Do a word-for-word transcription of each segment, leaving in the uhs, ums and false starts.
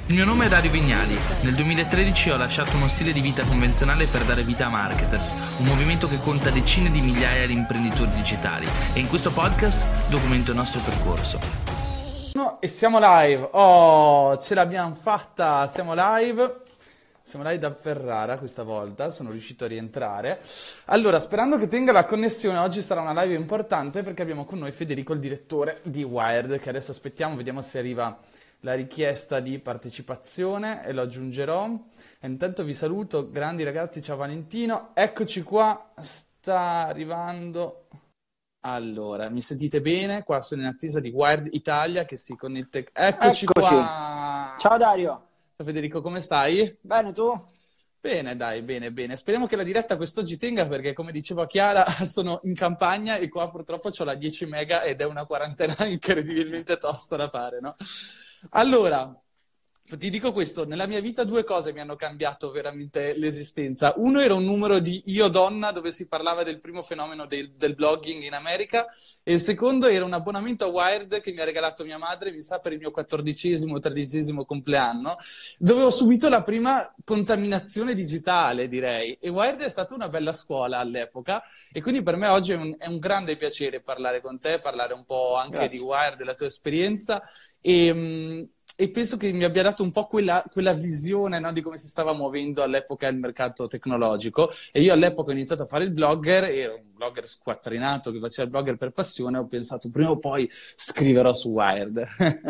Il mio nome è Dario Vignali. Nel duemilatredici ho lasciato uno stile di vita convenzionale per dare vita a Marketers, un movimento che conta decine di migliaia di imprenditori digitali, e in questo podcast documento il nostro percorso. No, e siamo live. Oh, ce l'abbiamo fatta, siamo live. Siamo live da Ferrara questa volta, sono riuscito a rientrare. Allora, sperando che tenga la connessione, oggi sarà una live importante perché abbiamo con noi Federico, il direttore di Wired, che adesso aspettiamo, vediamo se arriva la richiesta di partecipazione e lo aggiungerò. E intanto vi saluto, grandi ragazzi, ciao Valentino, eccoci qua, sta arrivando. Allora, mi sentite bene? Qua sono in attesa di Wired Italia che si connette. Eccoci, Eccoci. qua. Ciao Dario. Ciao Federico, come stai? Bene, tu? Bene, dai, bene, bene. Speriamo che la diretta quest'oggi tenga perché, come diceva Chiara, sono in campagna e qua purtroppo c'ho la dieci mega ed è una quarantena incredibilmente tosta da fare, no? Allora, ti dico questo, nella mia vita due cose mi hanno cambiato veramente l'esistenza. Uno era un numero di Io Donna dove si parlava del primo fenomeno del, del blogging in America, e il secondo era un abbonamento a Wired che mi ha regalato mia madre, mi sa, per il mio quattordicesimo o tredicesimo compleanno, dove ho subito la prima contaminazione digitale, direi. E Wired è stata una bella scuola all'epoca, e quindi per me oggi è un, è un grande piacere parlare con te, parlare un po' anche Grazie. di Wired, della tua esperienza, e... mh, E penso che mi abbia dato un po' quella, quella visione, no, di come si stava muovendo all'epoca il mercato tecnologico. E io all'epoca ho iniziato a fare il blogger, ero un blogger squattrinato che faceva il blogger per passione, ho pensato prima o poi scriverò su Wired.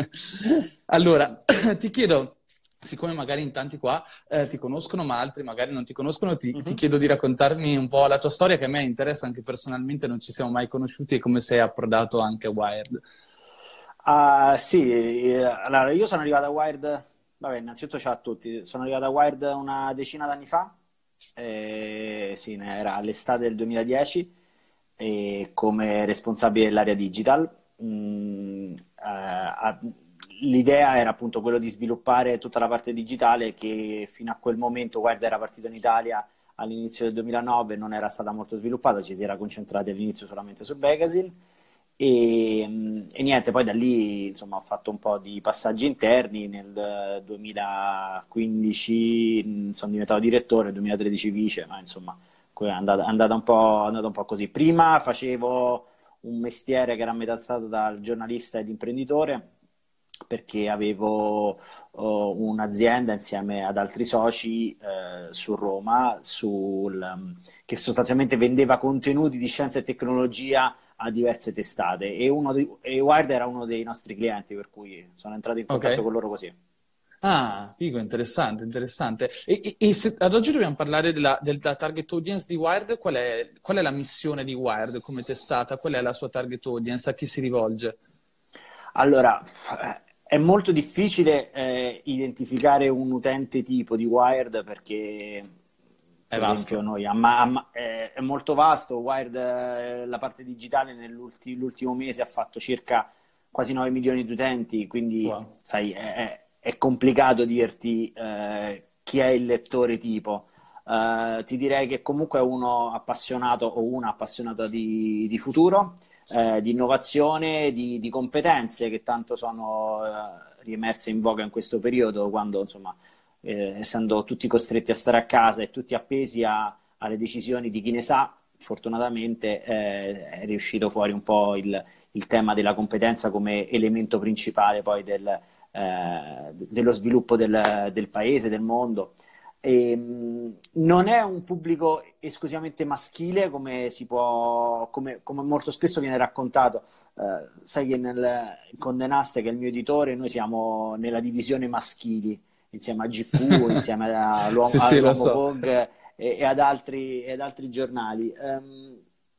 Allora, ti chiedo, siccome magari in tanti qua eh, ti conoscono, ma altri magari non ti conoscono, ti, Mhm. ti chiedo di raccontarmi un po' la tua storia, che a me interessa anche personalmente, non ci siamo mai conosciuti, e come sei approdato anche a Wired. Ah, sì, eh, allora io sono arrivato a Wired, vabbè, innanzitutto ciao a tutti, sono arrivato a Wired una decina d'anni fa, eh, sì, ne- era l'estate del duemiladieci, e come responsabile dell'area digital. Mm, eh, a- l'idea era appunto quello di sviluppare tutta la parte digitale che fino a quel momento Wired era partito in Italia all'inizio del duemilanove, non era stata molto sviluppata, ci si era concentrati all'inizio solamente sul magazine. E, mh, e niente, poi da lì insomma ho fatto un po' di passaggi interni. Nel duemilaquindici mh, sono diventato direttore, nel duemilatredici vice, ma insomma que- è andata, è andata un po', è andata un po' così. Prima facevo un mestiere che era metastato dal giornalista ed imprenditore, perché avevo oh, un'azienda insieme ad altri soci eh, su Roma, sul, um, che sostanzialmente vendeva contenuti di scienza e tecnologia a diverse testate, e, uno di, e Wired era uno dei nostri clienti, per cui sono entrato in contatto Ok. con loro così. Ah, figo, interessante, interessante. E, e- e se ad oggi dobbiamo parlare della, della target audience di Wired, qual è, qual è la missione di Wired come testata? Qual è la sua target audience? A chi si rivolge? Allora, eh, è molto difficile eh, identificare un utente tipo di Wired perché, È per esempio, vasto. noi amma- amma- è, è molto vasto. Wired, eh, la parte digitale nell'ultimo mese ha fatto circa quasi nove milioni di utenti, quindi Wow. sai, è, è- è complicato dirti eh, chi è il lettore tipo. Eh, ti direi che comunque è uno appassionato o una appassionata di, di futuro, eh, di innovazione, di, di competenze che tanto sono eh, riemerse in voga in questo periodo, quando insomma, eh, essendo tutti costretti a stare a casa e tutti appesi a- alle decisioni di chi ne sa, fortunatamente eh, è riuscito fuori un po' il, il tema della competenza come elemento principale poi del, eh, dello sviluppo del, del paese, del mondo. E, mh, non è un pubblico esclusivamente maschile come si può, come, come molto spesso viene raccontato. Eh, sai che nel, con The Nast, che è il mio editore, noi siamo nella divisione maschili, insieme a G Q, insieme all'uomo, Sì, sì, lo all'uomo so. Vogue e, e ad altri, e ad altri giornali. Ehm,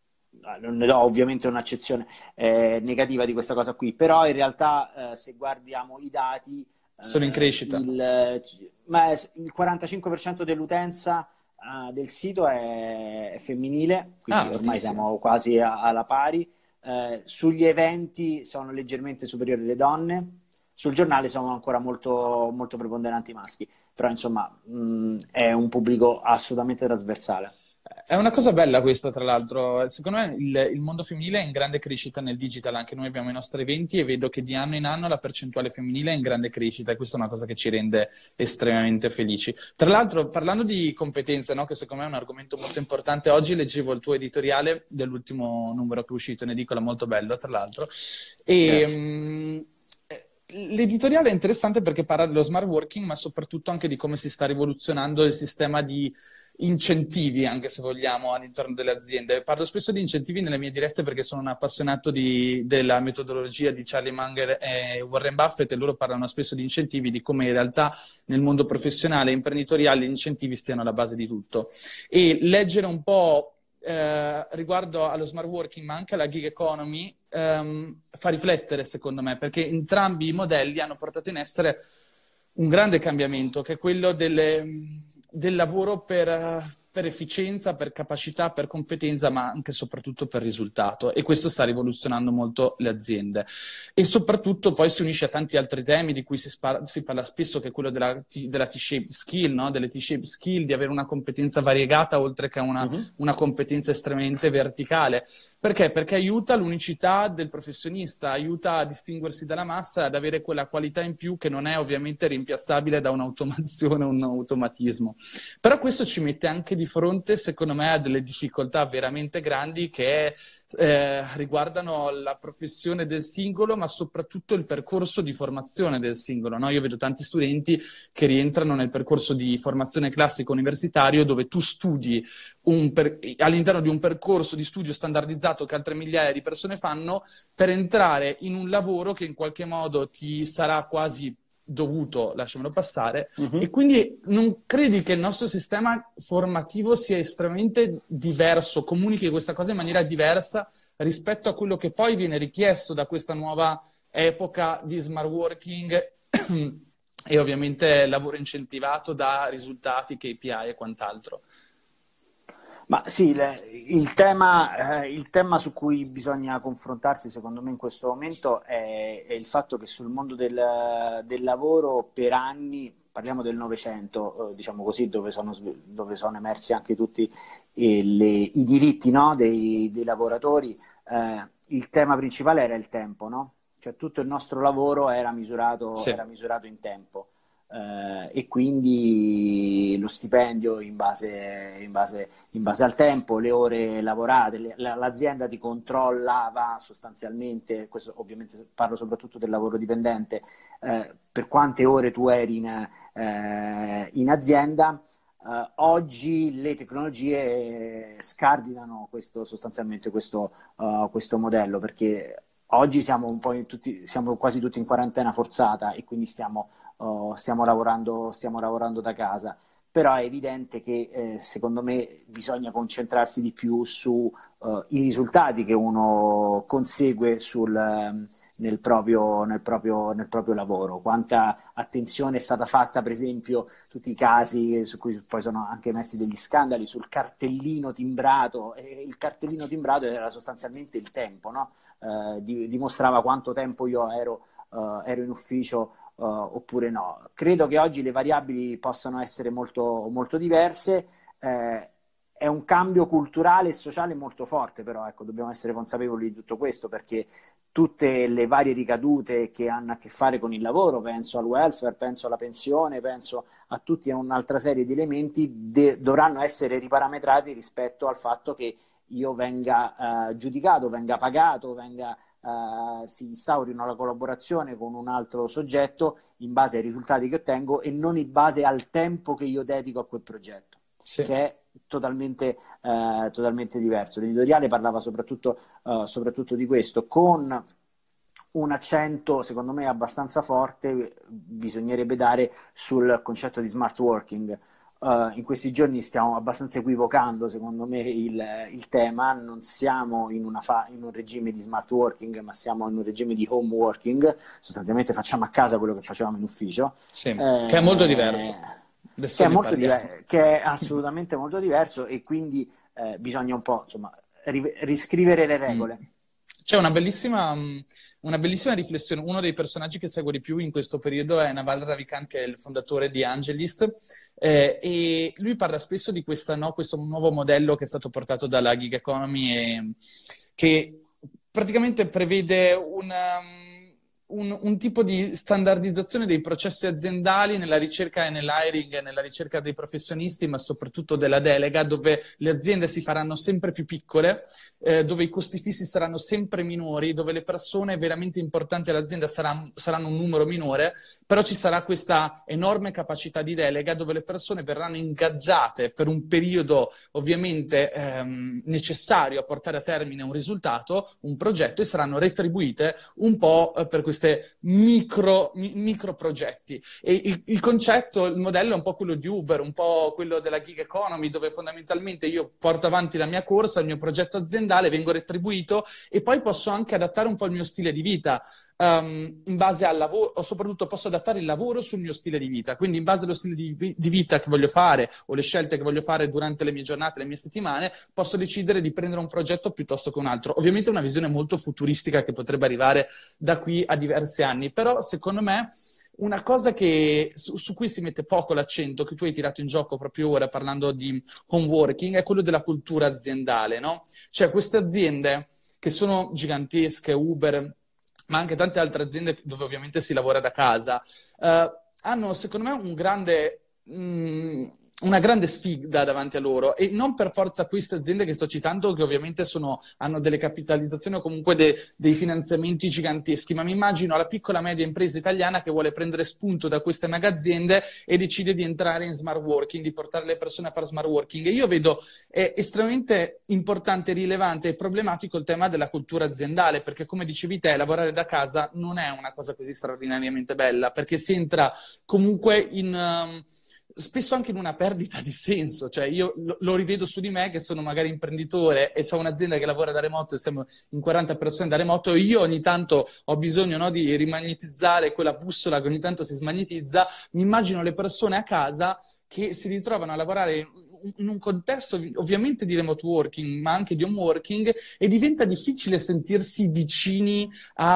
non ne do ovviamente un'accezione eh, negativa di questa cosa qui, però in realtà eh, se guardiamo i dati, Sono in eh, crescita. il, ma è- il quarantacinque per cento dell'utenza eh, del sito è, è femminile, Ah, quindi ormai altissimo. siamo quasi a- alla pari. Eh, sugli eventi sono leggermente superiori le donne, sul giornale sono ancora molto, molto preponderanti i maschi, però insomma mh, è un pubblico assolutamente trasversale. È una cosa bella questa, tra l'altro. Secondo me il, il mondo femminile è in grande crescita nel digital, anche noi abbiamo i nostri eventi e vedo che di anno in anno la percentuale femminile è in grande crescita e questa è una cosa che ci rende estremamente felici. Tra l'altro, parlando di competenze, no, che secondo me è un argomento molto importante, oggi leggevo il tuo editoriale dell'ultimo numero che è uscito in edicola, molto bello, tra l'altro, e... Mh, l'editoriale è interessante perché parla dello smart working, ma soprattutto anche di come si sta rivoluzionando il sistema di incentivi, anche se vogliamo, all'interno delle aziende. Parlo spesso di incentivi nelle mie dirette perché sono un appassionato di, della metodologia di Charlie Munger e Warren Buffett, e loro parlano spesso di incentivi, di come in realtà nel mondo professionale e imprenditoriale gli incentivi stiano alla base di tutto. E leggere un po' Eh, riguardo allo smart working, ma anche alla gig economy, ehm, fa riflettere, secondo me, perché entrambi i modelli hanno portato in essere un grande cambiamento, che è quello delle, del lavoro per, per efficienza, per capacità, per competenza, ma anche e soprattutto per risultato. E questo sta rivoluzionando molto le aziende. E soprattutto poi si unisce a tanti altri temi di cui si, spara, si parla spesso, che è quello della, della T-shaped skill, no? Delle T-shaped skill, di avere una competenza variegata oltre che una, uh-huh. una competenza estremamente verticale. Perché? Perché aiuta l'unicità del professionista, aiuta a distinguersi dalla massa, ad avere quella qualità in più che non è ovviamente rimpiazzabile da un'automazione o un automatismo. Però questo ci mette anche di fronte, secondo me, a delle difficoltà veramente grandi che eh, riguardano la professione del singolo, ma soprattutto il percorso di formazione del singolo, no? Io vedo tanti studenti che rientrano nel percorso di formazione classico universitario, dove tu studi un per... all'interno di un percorso di studio standardizzato che altre migliaia di persone fanno, per entrare in un lavoro che in qualche modo ti sarà quasi dovuto, lasciamelo passare, uh-huh. E quindi non credi che il nostro sistema formativo sia estremamente diverso, comunichi questa cosa in maniera diversa rispetto a quello che poi viene richiesto da questa nuova epoca di smart working e ovviamente lavoro incentivato da risultati, K P I e quant'altro? Ma sì, le, il, tema, eh, il tema su cui bisogna confrontarsi secondo me in questo momento è, è il fatto che sul mondo del, del lavoro per anni, parliamo del Novecento, eh, diciamo così, dove sono, dove sono emersi anche tutti eh, le, i diritti, no, dei, dei lavoratori, eh, il tema principale era il tempo, no? Cioè tutto il nostro lavoro era misurato, sì. era misurato in tempo. Uh, e quindi lo stipendio in base, in, base, in base al tempo, le ore lavorate, le, l'azienda ti controllava sostanzialmente, questo ovviamente parlo soprattutto del lavoro dipendente, uh, per quante ore tu eri in, uh, in azienda. Uh, oggi le tecnologie scardinano questo, sostanzialmente questo, uh, questo modello, perché oggi siamo, un po' in tutti, siamo quasi tutti in quarantena forzata e quindi stiamo Oh, stiamo lavorando, stiamo lavorando da casa, però è evidente che eh, secondo me bisogna concentrarsi di più sui uh, risultati che uno consegue sul, um, nel, proprio, nel, proprio, nel proprio lavoro. Quanta attenzione è stata fatta, per esempio, tutti i casi su cui poi sono anche emersi degli scandali sul cartellino timbrato, e il cartellino timbrato era sostanzialmente il tempo, no? Uh, di, dimostrava quanto tempo io ero, uh, ero in ufficio Uh, oppure no. Credo che oggi le variabili possano essere molto, molto diverse, eh, è un cambio culturale e sociale molto forte, però ecco, dobbiamo essere consapevoli di tutto questo, perché tutte le varie ricadute che hanno a che fare con il lavoro, penso al welfare, penso alla pensione, penso a tutta un'altra serie di elementi, de- dovranno essere riparametrati rispetto al fatto che io venga uh, giudicato, venga pagato, venga Uh, si instauri una collaborazione con un altro soggetto in base ai risultati che ottengo e non in base al tempo che io dedico a quel progetto, sì. Che è totalmente, uh, totalmente diverso. L'editoriale parlava soprattutto, uh, soprattutto di questo, con un accento secondo me abbastanza forte bisognerebbe dare sul concetto di smart working. Uh, in questi giorni stiamo abbastanza equivocando, secondo me, il, il tema. Non siamo in, una fa- in un regime di smart working, ma siamo in un regime di home working. Sostanzialmente facciamo a casa quello che facevamo in ufficio. Sì, eh, che è molto diverso. Che è, molto diver- che è assolutamente molto diverso, e quindi eh, bisogna un po', insomma, ri- riscrivere le regole. Mm. C'è una bellissima... Una bellissima riflessione. Uno dei personaggi che seguo di più in questo periodo è Naval Ravikant, che è il fondatore di Angelist, Eh, e lui parla spesso di questa, no, questo nuovo modello che è stato portato dalla gig economy e, che praticamente prevede una, un, un tipo di standardizzazione dei processi aziendali nella ricerca e nell'hiring e nella ricerca dei professionisti, ma soprattutto della delega, dove le aziende si faranno sempre più piccole, eh, dove i costi fissi saranno sempre minori, dove le persone veramente importanti all'azienda saranno, saranno un numero minore, però ci sarà questa enorme capacità di delega dove le persone verranno ingaggiate per un periodo ovviamente ehm, necessario a portare a termine un risultato, un progetto, e saranno retribuite un po' eh, per queste micro, mi, micro progetti. E il, il concetto, il modello è un po' quello di Uber, un po' quello della gig economy, dove fondamentalmente io porto avanti la mia corsa, il mio progetto aziendale, vengo retribuito e poi posso anche adattare un po' il mio stile di vita. Um, in base al lavoro, o soprattutto posso adattare il lavoro sul mio stile di vita, quindi in base allo stile di, di vita che voglio fare o le scelte che voglio fare durante le mie giornate, le mie settimane, posso decidere di prendere un progetto piuttosto che un altro. Ovviamente è una visione molto futuristica che potrebbe arrivare da qui a diversi anni, però secondo me una cosa che, su, su cui si mette poco l'accento, che tu hai tirato in gioco proprio ora parlando di home working, è quello della cultura aziendale, no? Cioè queste aziende che sono gigantesche, Uber, ma anche tante altre aziende dove ovviamente si lavora da casa, eh, hanno secondo me un grande, mh, una grande sfida davanti a loro, e non per forza queste aziende che sto citando, che ovviamente sono, hanno delle capitalizzazioni o comunque de, dei finanziamenti giganteschi, ma mi immagino la piccola media impresa italiana che vuole prendere spunto da queste mega aziende e decide di entrare in smart working, di portare le persone a fare smart working. E io vedo è estremamente importante, rilevante e problematico il tema della cultura aziendale, perché come dicevi te, lavorare da casa non è una cosa così straordinariamente bella, perché si entra comunque in... Um, spesso anche in una perdita di senso. Cioè io lo, lo rivedo su di me che sono magari imprenditore e ho un'azienda che lavora da remoto e siamo in quaranta persone da remoto, e io ogni tanto ho bisogno, no, di rimagnetizzare quella bussola che ogni tanto si smagnetizza. Mi immagino le persone a casa che si ritrovano a lavorare in un contesto ovviamente di remote working, ma anche di home working, e diventa difficile sentirsi vicini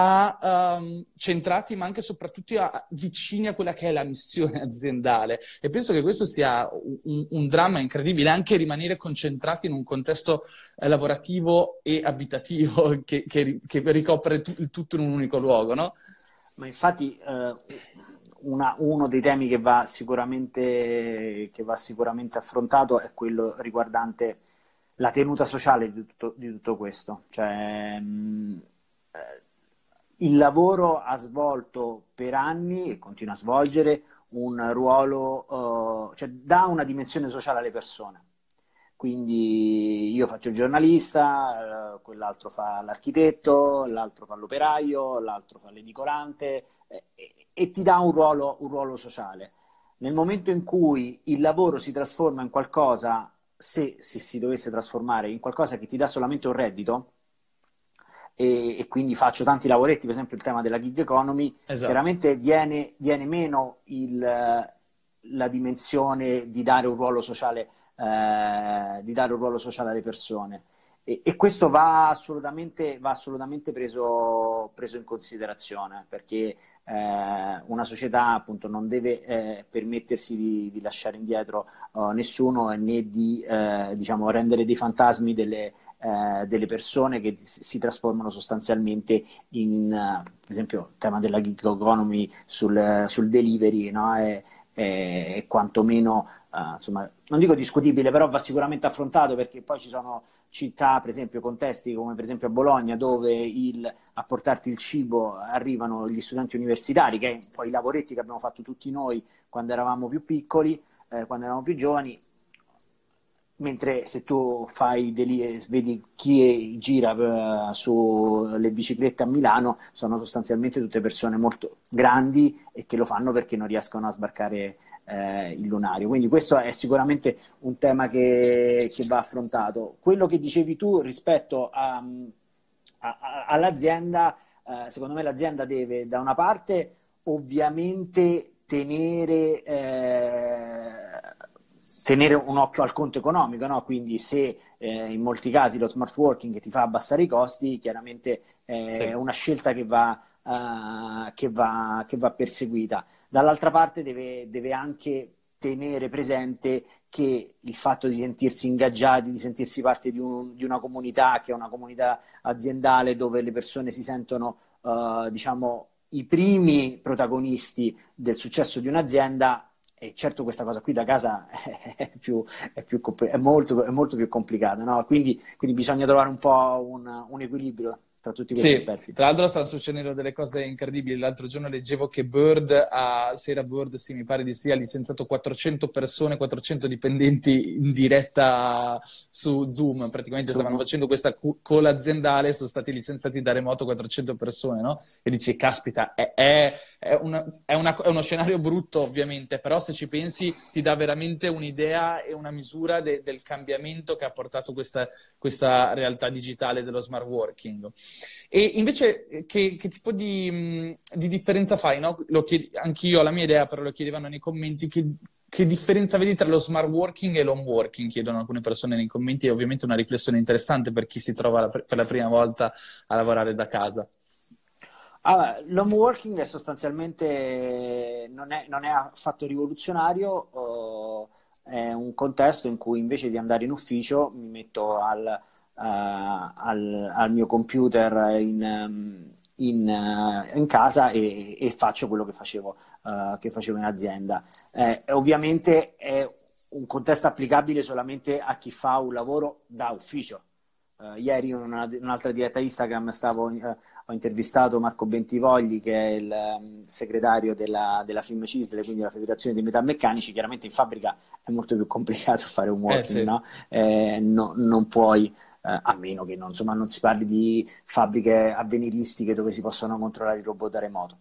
a um, centrati, ma anche e soprattutto a, vicini a quella che è la missione aziendale. E penso che questo sia un, un dramma incredibile, anche rimanere concentrati in un contesto eh, lavorativo e abitativo che, che, che ricopre t- il tutto in un unico luogo, no? Ma infatti eh, una, uno dei temi che va sicuramente che va sicuramente affrontato è quello riguardante la tenuta sociale di tutto, di tutto questo. Cioè, mh, eh, il lavoro ha svolto per anni e continua a svolgere un ruolo, eh, cioè dà una dimensione sociale alle persone. Quindi io faccio il giornalista, eh, quell'altro fa l'architetto, l'altro fa l'operaio, l'altro fa l'edicolante, eh, e, e ti dà un ruolo, un ruolo sociale. Nel momento in cui il lavoro si trasforma in qualcosa, se, se si dovesse trasformare in qualcosa che ti dà solamente un reddito, e, e quindi faccio tanti lavoretti, per esempio il tema della gig economy, Esatto. Chiaramente viene, viene meno il, la dimensione di dare un ruolo sociale Eh, di dare un ruolo sociale alle persone, e, e questo va assolutamente, va assolutamente preso, preso in considerazione, perché eh, una società appunto non deve eh, permettersi di, di lasciare indietro uh, nessuno, né di eh, diciamo rendere dei fantasmi delle, eh, delle persone che si trasformano sostanzialmente in uh, per esempio il tema della gig economy sul, sul delivery, no? È, è, è quantomeno Uh, insomma, non dico discutibile, però va sicuramente affrontato, perché poi ci sono città, per esempio contesti come per esempio a Bologna, dove il, a portarti il cibo arrivano gli studenti universitari, che è un po' i lavoretti che abbiamo fatto tutti noi quando eravamo più piccoli, eh, quando eravamo più giovani, mentre se tu fai deli- vedi chi gira uh, sulle biciclette a Milano, sono sostanzialmente tutte persone molto grandi e che lo fanno perché non riescono a sbarcare Eh, il lunario. Quindi questo è sicuramente un tema che, che va affrontato. Quello che dicevi tu rispetto a, a, a, all'azienda, eh, secondo me l'azienda deve da una parte ovviamente tenere, eh, tenere un occhio al conto economico, no? Quindi se eh, in molti casi lo smart working ti fa abbassare i costi, chiaramente è Sì. una scelta che va, uh, che va, che va perseguita. Dall'altra parte deve, deve anche tenere presente che il fatto di sentirsi ingaggiati, di sentirsi parte di, un, di una comunità, che è una comunità aziendale dove le persone si sentono, uh, diciamo, i primi protagonisti del successo di un'azienda, e certo questa cosa qui da casa è, più, è, più, è, molto, è molto più complicata, no? Quindi, quindi bisogna trovare un po' un, un equilibrio tra tutti questi sì, aspetti. Tra l'altro stanno succedendo delle cose incredibili. L'altro giorno leggevo che Bird ha, se era Bird, sì, mi pare di sì, ha licenziato quattrocento persone, quattrocento dipendenti in diretta su Zoom. Praticamente Zoom. stavano facendo questa call aziendale, sono stati licenziati da remoto quattrocento persone, no? E dici, caspita, è, è, è, una, è, una, è uno scenario brutto ovviamente, però se ci pensi ti dà veramente un'idea e una misura de, del cambiamento che ha portato questa, questa realtà digitale dello smart working. E invece che, che tipo di, di differenza fai? No? Lo chiedi, anch'io ho la mia idea, però lo chiedevano nei commenti. Che, che differenza vedi tra lo smart working e l'home working? Chiedono alcune persone nei commenti. È ovviamente una riflessione interessante per chi si trova la, per la prima volta a lavorare da casa. Allora, l'home working è sostanzialmente non è, non è affatto rivoluzionario, uh, è un contesto in cui invece di andare in ufficio mi metto al Uh, al, al mio computer in, in, uh, in casa e, e faccio quello che facevo, uh, che facevo in azienda. Eh, ovviamente è un contesto applicabile solamente a chi fa un lavoro da ufficio. Uh, ieri in una, un'altra diretta Instagram stavo, uh, ho intervistato Marco Bentivogli, che è il um, segretario della, della FIMCISL, quindi la Federazione dei Metalmeccanici. Chiaramente in fabbrica è molto più complicato fare un working, eh sì. no? Eh, no, non puoi Uh, a meno che non, insomma, non si parli di fabbriche avveniristiche dove si possono controllare i robot da remoto.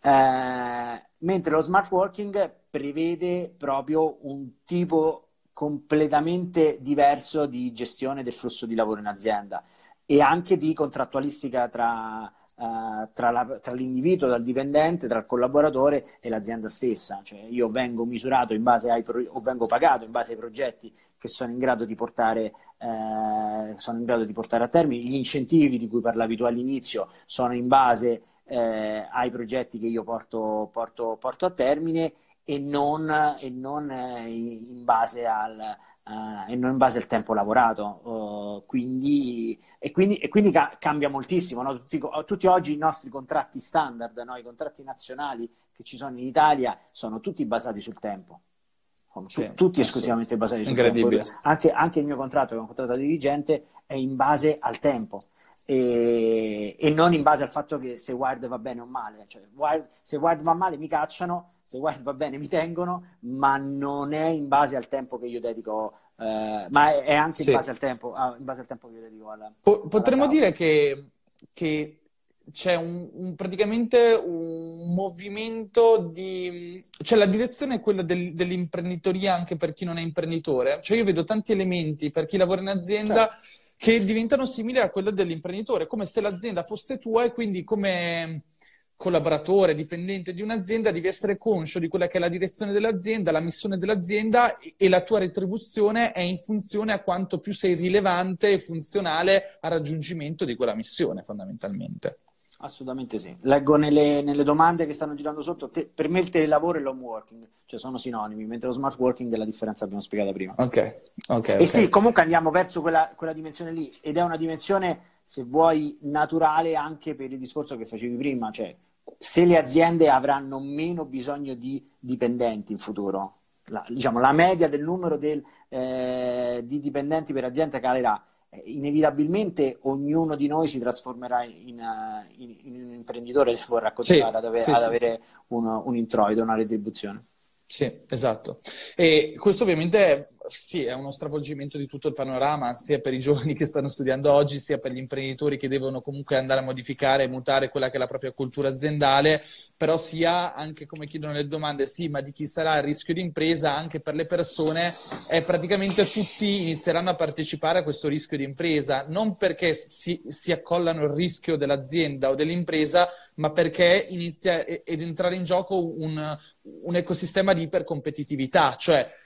Uh, mentre lo smart working prevede proprio un tipo completamente diverso di gestione del flusso di lavoro in azienda e anche di contrattualistica tra, uh, tra, la, tra l'individuo, dal dipendente, tra il collaboratore e l'azienda stessa. Cioè, io vengo misurato in base ai pro- o vengo pagato in base ai progetti che sono in grado di portare eh, sono in grado di portare a termine. Gli incentivi di cui parlavi tu all'inizio sono in base eh, ai progetti che io porto, porto, porto a termine e non, e non eh, in base al eh, e non in base al tempo lavorato. Uh, quindi, e quindi, e quindi ca- cambia moltissimo, no? tutti, tutti oggi i nostri contratti standard, no? I contratti nazionali che ci sono in Italia sono tutti basati sul tempo. Sì, tutti esclusivamente basati sul tempo. Anche, anche il mio contratto, che è un contratto da dirigente, è in base al tempo e, e non in base al fatto che se Wired va bene o male. Cioè, Wired, se Wired va male mi cacciano, se Wired va bene mi tengono, ma non è in base al tempo che io dedico, eh, ma è, è anche sì. in base al tempo, in base al tempo che io dedico alla, po- Potremmo alla dire che, che c'è un, un, praticamente un movimento di... cioè la direzione è quella del, dell'imprenditoria anche per chi non è imprenditore. Cioè io vedo tanti elementi per chi lavora in azienda certo. che diventano simili a quello dell'imprenditore, come se l'azienda fosse tua e quindi come collaboratore, dipendente di un'azienda devi essere conscio di quella che è la direzione dell'azienda, la missione dell'azienda e la tua retribuzione è in funzione a quanto più sei rilevante e funzionale al raggiungimento di quella missione fondamentalmente. Assolutamente sì. Leggo nelle, nelle domande che stanno girando sotto, te, per me il telelavoro e l'home working, cioè sono sinonimi, mentre lo smart working è la differenza abbiamo spiegata prima. Ok, ok. E okay. sì, comunque andiamo verso quella, quella dimensione lì, ed è una dimensione, se vuoi, naturale anche per il discorso che facevi prima, cioè se le aziende avranno meno bisogno di dipendenti in futuro, la, diciamo la media del numero del, eh, di dipendenti per azienda calerà, inevitabilmente ognuno di noi si trasformerà in, in, in un imprenditore se vorrà continuare sì, ad, ave- sì, ad sì, avere sì. Un, un introito, una retribuzione. Sì, esatto. E questo ovviamente sì, è uno stravolgimento di tutto il panorama, sia per i giovani che stanno studiando oggi, sia per gli imprenditori che devono comunque andare a modificare e mutare quella che è la propria cultura aziendale, però sia anche, come chiedono le domande, sì, ma di chi sarà il rischio di impresa, anche per le persone, è praticamente tutti inizieranno a partecipare a questo rischio di impresa, non perché si, si accollano il rischio dell'azienda o dell'impresa, ma perché inizia ed entrare in gioco un, un ecosistema di ipercompetitività, cioè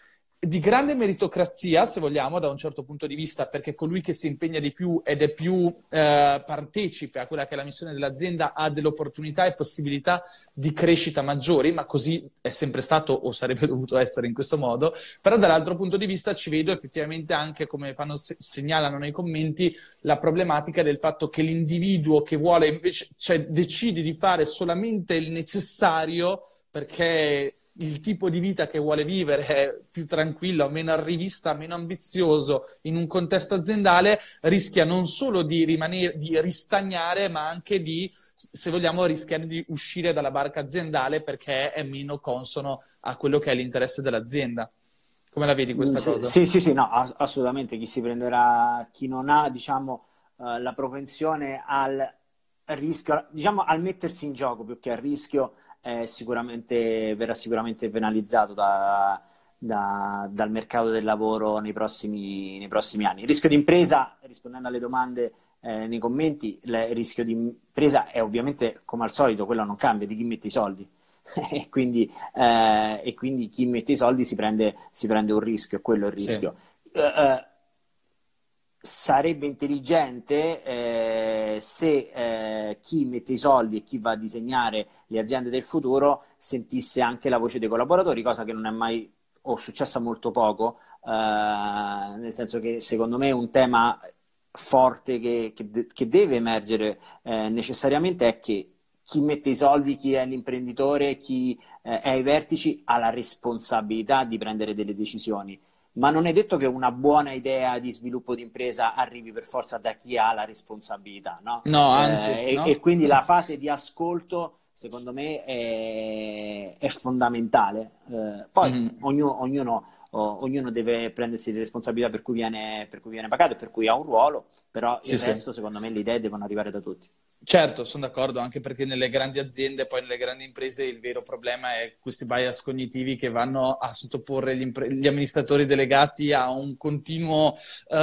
di grande meritocrazia, se vogliamo, da un certo punto di vista, perché colui che si impegna di più ed è più eh, partecipe a quella che è la missione dell'azienda ha delle opportunità e possibilità di crescita maggiori, ma così è sempre stato o sarebbe dovuto essere in questo modo. Però dall'altro punto di vista ci vedo effettivamente anche, come fanno, segnalano nei commenti, la problematica del fatto che l'individuo che vuole invece, cioè decide di fare solamente il necessario perché il tipo di vita che vuole vivere è più tranquillo, meno arrivista, meno ambizioso in un contesto aziendale, rischia non solo di rimanere, di ristagnare, ma anche di, se vogliamo, rischiare di uscire dalla barca aziendale perché è meno consono a quello che è l'interesse dell'azienda. Come la vedi questa sì, cosa? Sì, sì, sì, no, assolutamente. Chi si prenderà, chi non ha, diciamo, uh, la propensione al rischio, diciamo, al mettersi in gioco più che al rischio, è sicuramente, verrà sicuramente penalizzato da, da, dal mercato del lavoro nei prossimi, nei prossimi anni. Il rischio di impresa, rispondendo alle domande eh, nei commenti, il rischio di impresa è ovviamente, come al solito, quello non cambia, di chi mette i soldi. e, quindi, eh, e quindi chi mette i soldi si prende, si prende un rischio, quello è il rischio. Sì. Uh, Sarebbe intelligente eh, se eh, chi mette i soldi e chi va a disegnare le aziende del futuro sentisse anche la voce dei collaboratori, cosa che non è mai o successa molto poco, eh, nel senso che secondo me un tema forte che, che, che deve emergere eh, necessariamente è che chi mette i soldi, chi è l'imprenditore, chi eh, è ai vertici ha la responsabilità di prendere delle decisioni. Ma non è detto che una buona idea di sviluppo di impresa arrivi per forza da chi ha la responsabilità, no? No, anzi. Eh, no? E, e quindi la fase di ascolto, secondo me, è, è fondamentale. Eh, poi mm. ognuno, ognuno, oh, ognuno deve prendersi le responsabilità per cui viene, per cui viene pagato e per cui ha un ruolo, però sì, il sì. resto, secondo me, le idee devono arrivare da tutti. Certo, sono d'accordo, anche perché nelle grandi aziende, poi nelle grandi imprese, il vero problema è questi bias cognitivi che vanno a sottoporre gli, impre- gli amministratori delegati a un continuo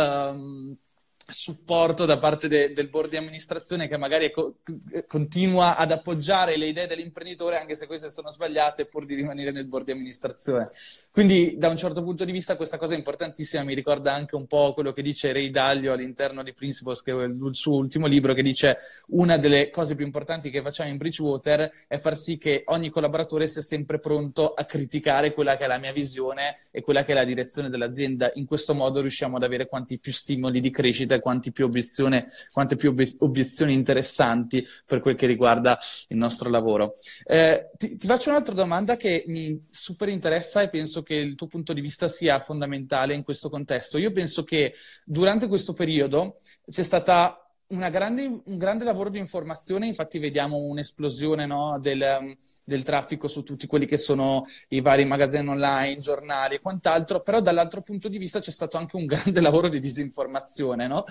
um, supporto da parte de- del board di amministrazione che magari co- continua ad appoggiare le idee dell'imprenditore anche se queste sono sbagliate pur di rimanere nel board di amministrazione. Quindi da un certo punto di vista questa cosa è importantissima, mi ricorda anche un po' quello che dice Ray Dalio all'interno di Principles, che è il suo ultimo libro, che dice una delle cose più importanti che facciamo in Bridgewater è far sì che ogni collaboratore sia sempre pronto a criticare quella che è la mia visione e quella che è la direzione dell'azienda. In questo modo riusciamo ad avere quanti più stimoli di crescita, quanti più obiezione, quante più obiezioni interessanti per quel che riguarda il nostro lavoro. Eh, ti, ti faccio un'altra domanda che mi super interessa e penso che il tuo punto di vista sia fondamentale in questo contesto. Io penso che durante questo periodo c'è stata una grande, un grande lavoro di informazione, infatti vediamo un'esplosione, no, del, del traffico su tutti quelli che sono i vari magazzini online, giornali e quant'altro, però dall'altro punto di vista c'è stato anche un grande lavoro di disinformazione, no?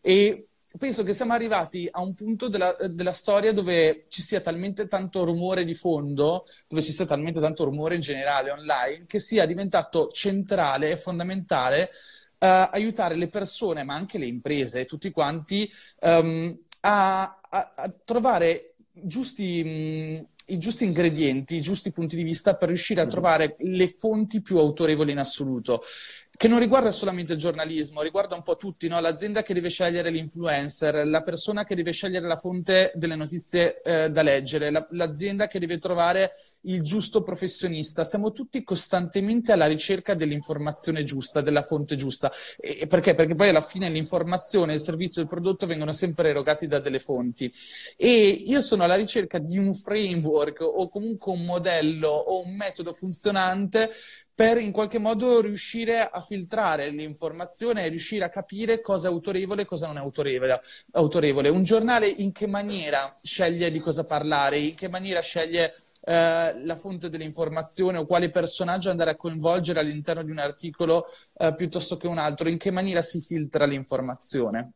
E penso che siamo arrivati a un punto della, della storia dove ci sia talmente tanto rumore di fondo, dove ci sia talmente tanto rumore in generale online, che sia diventato centrale e fondamentale Uh, aiutare le persone, ma anche le imprese, tutti quanti, um, a, a, a trovare giusti, mh, i giusti ingredienti, i giusti punti di vista per riuscire a trovare le fonti più autorevoli in assoluto. Che non riguarda solamente il giornalismo, riguarda un po' tutti, no? L'azienda che deve scegliere l'influencer, la persona che deve scegliere la fonte delle notizie eh, da leggere, la, l'azienda che deve trovare il giusto professionista. Siamo tutti costantemente alla ricerca dell'informazione giusta, della fonte giusta. E, perché? Perché poi alla fine l'informazione, il servizio e il prodotto vengono sempre erogati da delle fonti. E io sono alla ricerca di un framework o comunque un modello o un metodo funzionante per in qualche modo riuscire a filtrare l'informazione e riuscire a capire cosa è autorevole e cosa non è autorevole. autorevole. Un giornale in che maniera sceglie di cosa parlare, in che maniera sceglie eh, la fonte dell'informazione o quale personaggio andare a coinvolgere all'interno di un articolo eh, piuttosto che un altro, in che maniera si filtra l'informazione?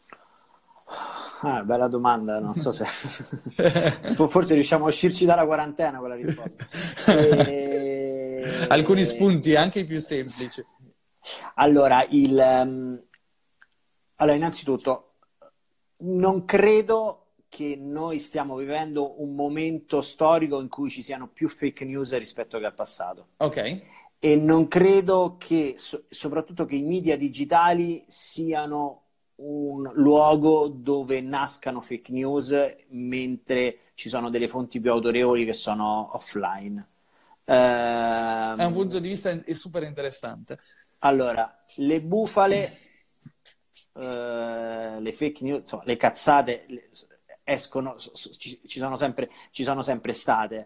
Ah, bella domanda, non so se forse riusciamo a uscirci dalla quarantena con la risposta. E... Alcuni spunti, anche i più semplici. Allora, il, um... allora, innanzitutto, non credo che noi stiamo vivendo un momento storico in cui ci siano più fake news rispetto che al passato. Ok. e non credo che, so- soprattutto che i media digitali siano un luogo dove nascano fake news, mentre ci sono delle fonti più autorevoli che sono offline. È un punto Ehm, di vista è super interessante. allora, le bufale, eh, le fake news, insomma, le cazzate le- escono, so- so- ci, ci sono sempre, ci sono sempre state.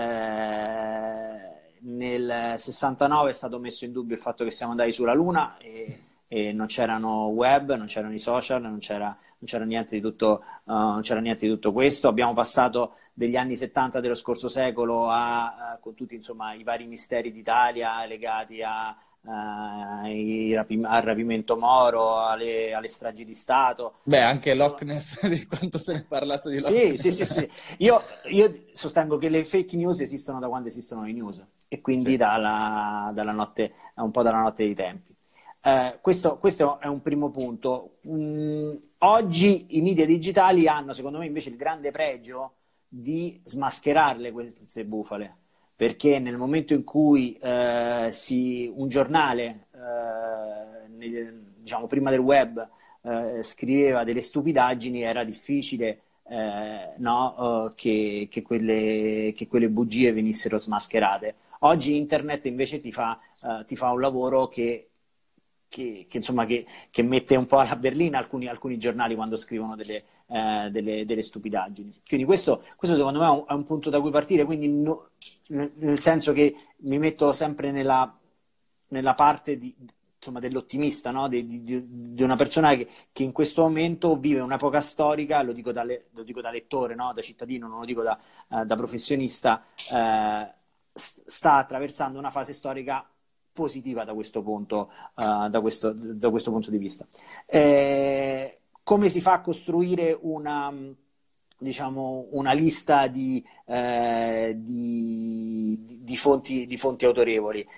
Eh, nel sessantanove è stato messo in dubbio il fatto che siamo andati sulla Luna e, e non c'erano web, non c'erano i social, non c'era, non c'era niente di tutto, eh, non c'era niente di tutto questo. Abbiamo passato degli anni settanta dello scorso secolo a, a- con tutti insomma, i vari misteri d'Italia legati a, eh, i rapi- al rapimento Moro, alle, alle stragi di Stato. Beh, anche Insomma, Loch Ness, di quanto se ne è parlato di Loch sì, sì, sì, Ness. sì. Io, io sostengo che le fake news esistono da quando esistono le news e Sì. quindi dalla, dalla notte, un po' dalla notte dei tempi. Eh, questo, questo è un primo punto. Mm, oggi i media digitali hanno, secondo me, invece il grande pregio di smascherarle queste bufale, perché nel momento in cui eh, si, un giornale, eh, nel- diciamo prima del web, eh, scriveva delle stupidaggini, era difficile eh, no, eh, che, che quelle, che quelle bugie venissero smascherate. Oggi internet invece ti fa, eh, ti fa un lavoro che, che, che, insomma, che, che mette un po' alla berlina alcuni, alcuni giornali quando scrivono delle, eh, delle, delle stupidaggini. Quindi questo, questo secondo me è un, è un punto da cui partire, quindi no- nel nel senso che mi metto sempre nella, nella parte di, insomma, dell'ottimista, no? Di, di- di una persona che, che in questo momento vive un'epoca storica, lo dico da, le- lo dico da lettore, no? Da cittadino, non lo dico da, eh, da professionista, eh, st- sta attraversando una fase storica positiva da questo punto, eh, da questo, da questo punto di vista. Eh, come si fa a costruire una, diciamo, una lista di, eh, di, di fonti, di fonti autorevoli?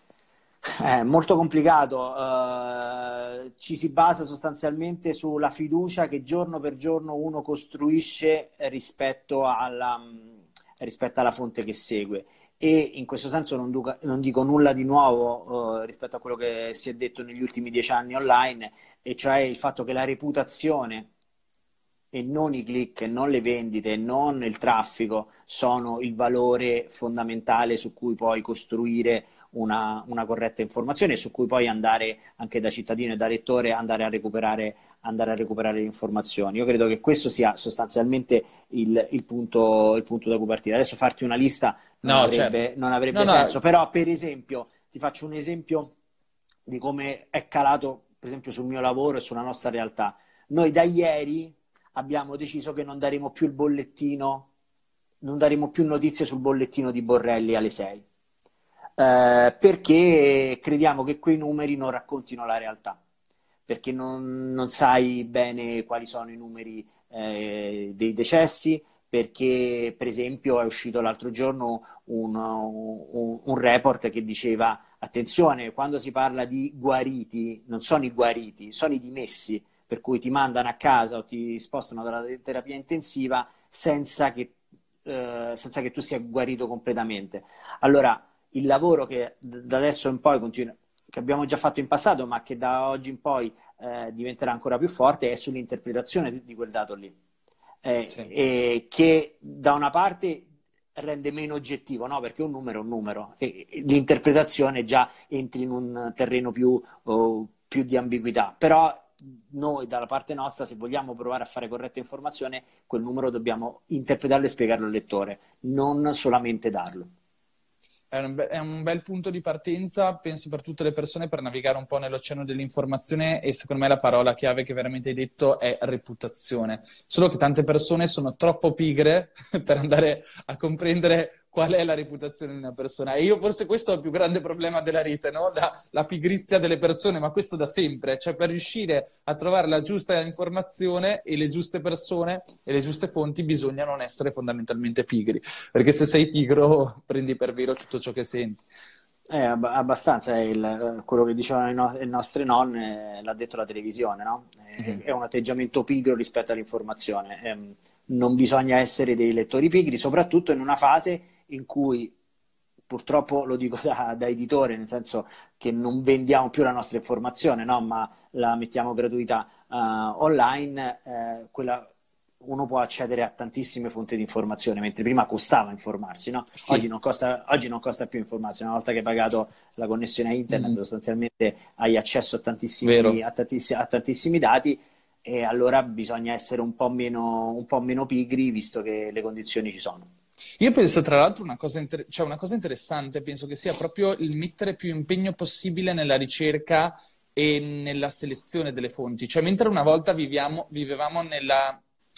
È molto complicato, eh, ci si basa sostanzialmente sulla fiducia che giorno per giorno uno costruisce rispetto alla, rispetto alla fonte che segue. E in questo senso non, duca- non dico nulla di nuovo eh, rispetto a quello che si è detto negli ultimi dieci anni online, e cioè il fatto che la reputazione e non i click, non le vendite, non il traffico sono il valore fondamentale su cui puoi costruire una, una corretta informazione e su cui poi andare anche da cittadino e da lettore andare a recuperare, andare a recuperare le informazioni. Io credo che questo sia sostanzialmente il, il punto, il punto da cui partire. Adesso farti una lista non No, certo. avrebbe, non No, avrebbe senso, no, però per esempio ti faccio un esempio di come è calato per esempio sul mio lavoro e sulla nostra realtà. Noi da ieri abbiamo deciso che non daremo più il bollettino, non daremo più notizie sul bollettino di Borrelli alle sei, eh, perché crediamo che quei numeri non raccontino la realtà, perché non, non sai bene quali sono i numeri eh, dei decessi, perché per esempio è uscito l'altro giorno un, un, un report che diceva attenzione, quando si parla di guariti, non sono i guariti, sono i dimessi, per cui ti mandano a casa o ti spostano dalla terapia intensiva senza che, eh, senza che tu sia guarito completamente. Allora, il lavoro che da adesso in poi continua, che abbiamo già fatto in passato, ma che da oggi in poi eh, diventerà ancora più forte, è sull'interpretazione di, di quel dato lì. Eh, sì. e che da una parte rende meno oggettivo, no? Perché un numero è un numero, e e l'interpretazione già entri in un terreno più, oh, più di ambiguità. Però noi dalla parte nostra, se vogliamo provare a fare corretta informazione, quel numero dobbiamo interpretarlo e spiegarlo al lettore, non solamente darlo. È un, be- è un bel punto di partenza, penso, per tutte le persone per navigare un po' nell'oceano dell'informazione, e secondo me la parola chiave che veramente hai detto è reputazione. Solo che tante persone sono troppo pigre per andare a comprendere qual è la reputazione di una persona. E io forse questo è il più grande problema della rete, no? La, la pigrizia delle persone, ma questo da sempre. Cioè, per riuscire a trovare la giusta informazione e le giuste persone e le giuste fonti bisogna non essere fondamentalmente pigri, perché se sei pigro prendi per vero tutto ciò che senti. È ab- abbastanza è il- quello che dicevano le, no- le nostre nonne, l'ha detto la televisione, no? È, Mhm. è un atteggiamento pigro rispetto all'informazione. Ehm, non bisogna essere dei lettori pigri, soprattutto in una fase in cui purtroppo lo dico da, da editore, nel senso che non vendiamo più la nostra informazione, no? Ma la mettiamo gratuita uh, online, eh, quella, uno può accedere a tantissime fonti di informazione, mentre prima costava informarsi, no? Sì. Oggi non costa, oggi non costa più informarsi, una volta che hai pagato la connessione a internet, mm. sostanzialmente hai accesso a tantissimi, a tantissimi, a tantissimi dati, e allora bisogna essere un po' meno, un po' meno pigri, visto che le condizioni ci sono. Io penso, tra l'altro, una cosa, inter- cioè una cosa interessante, penso che sia proprio il mettere più impegno possibile nella ricerca e nella selezione delle fonti. Cioè, mentre una volta viviamo, vivevamo nella,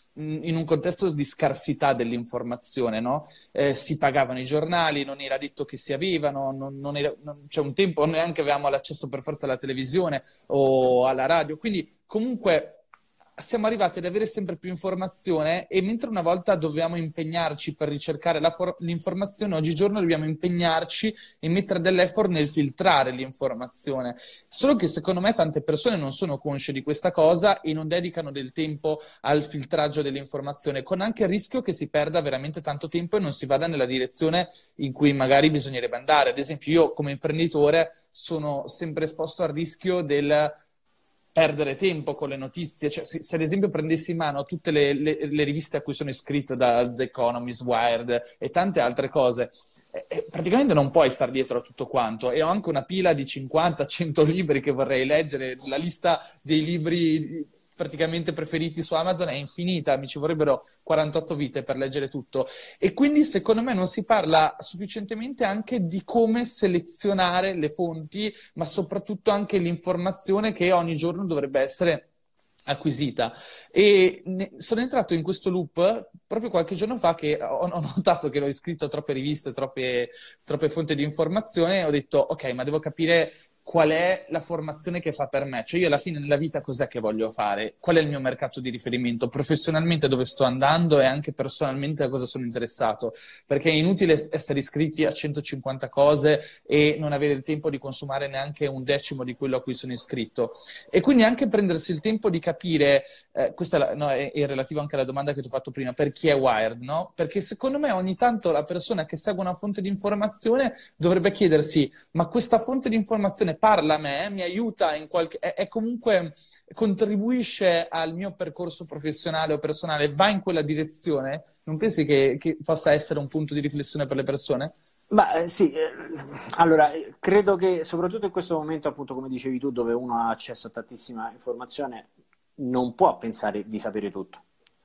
in un contesto di scarsità dell'informazione, no? Eh, si pagavano i giornali, non era detto che si avevano, non, non era, non, cioè un tempo neanche avevamo l'accesso per forza alla televisione o alla radio, quindi comunque siamo arrivati ad avere sempre più informazione, e mentre una volta dovevamo impegnarci per ricercare la for- l'informazione, oggigiorno dobbiamo impegnarci e mettere dell'effort nel filtrare l'informazione. Solo che secondo me tante persone non sono consce di questa cosa e non dedicano del tempo al filtraggio dell'informazione, con anche il rischio che si perda veramente tanto tempo e non si vada nella direzione in cui magari bisognerebbe andare. Ad esempio, io come imprenditore sono sempre esposto al rischio del perdere tempo con le notizie. Cioè, se, se ad esempio prendessi in mano tutte le, le, le riviste a cui sono iscritto, da The Economist, Wired e tante altre cose, eh, praticamente non puoi stare dietro a tutto quanto. E ho anche una pila di cinquanta cento libri che vorrei leggere. La lista dei libri praticamente preferiti su Amazon è infinita, mi ci vorrebbero quarantotto vite per leggere tutto. E quindi secondo me non si parla sufficientemente anche di come selezionare le fonti, ma soprattutto anche l'informazione che ogni giorno dovrebbe essere acquisita. E ne, sono entrato in questo loop proprio qualche giorno fa, che ho, ho notato che l'ho iscritto a troppe riviste, troppe, troppe fonti di informazione, e ho detto ok, ma devo capire qual è la formazione che fa per me. Cioè, io alla fine nella vita cos'è che voglio fare? Qual è il mio mercato di riferimento? Professionalmente dove sto andando, e anche personalmente a cosa sono interessato? Perché è inutile essere iscritti a centocinquanta cose e non avere il tempo di consumare neanche un decimo di quello a cui sono iscritto. E quindi anche prendersi il tempo di capire, eh, questa è, la, no, è, è relativo anche alla domanda che ti ho fatto prima, per chi è Wired, no? Perché secondo me ogni tanto la persona che segue una fonte di informazione dovrebbe chiedersi: ma questa fonte di informazione parla a me, mi aiuta in qualche... È, è comunque... contribuisce al mio percorso professionale o personale, va in quella direzione? Non pensi che, che possa essere un punto di riflessione per le persone? Beh, sì, eh, allora, credo che soprattutto in questo momento, appunto, come dicevi tu, dove uno ha accesso a tantissima informazione, non può pensare di sapere tutto.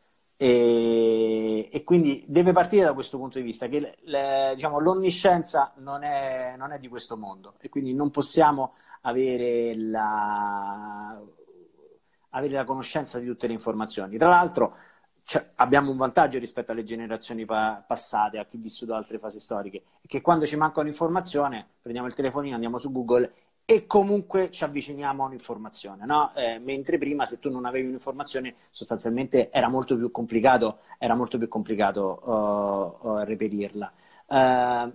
E, e quindi deve partire da questo punto di vista, che le, le, diciamo, l'onniscienza non è, non è di questo mondo, e quindi non possiamo avere la, avere la conoscenza di tutte le informazioni. Tra l'altro, cioè, abbiamo un vantaggio rispetto alle generazioni pa- passate, a chi ha vissuto altre fasi storiche, che quando ci manca un'informazione prendiamo il telefonino, andiamo su Google e comunque ci avviciniamo a un'informazione, no? Eh, mentre prima, se tu non avevi un'informazione, sostanzialmente era molto più complicato, era molto più complicato uh, uh, reperirla. Uh,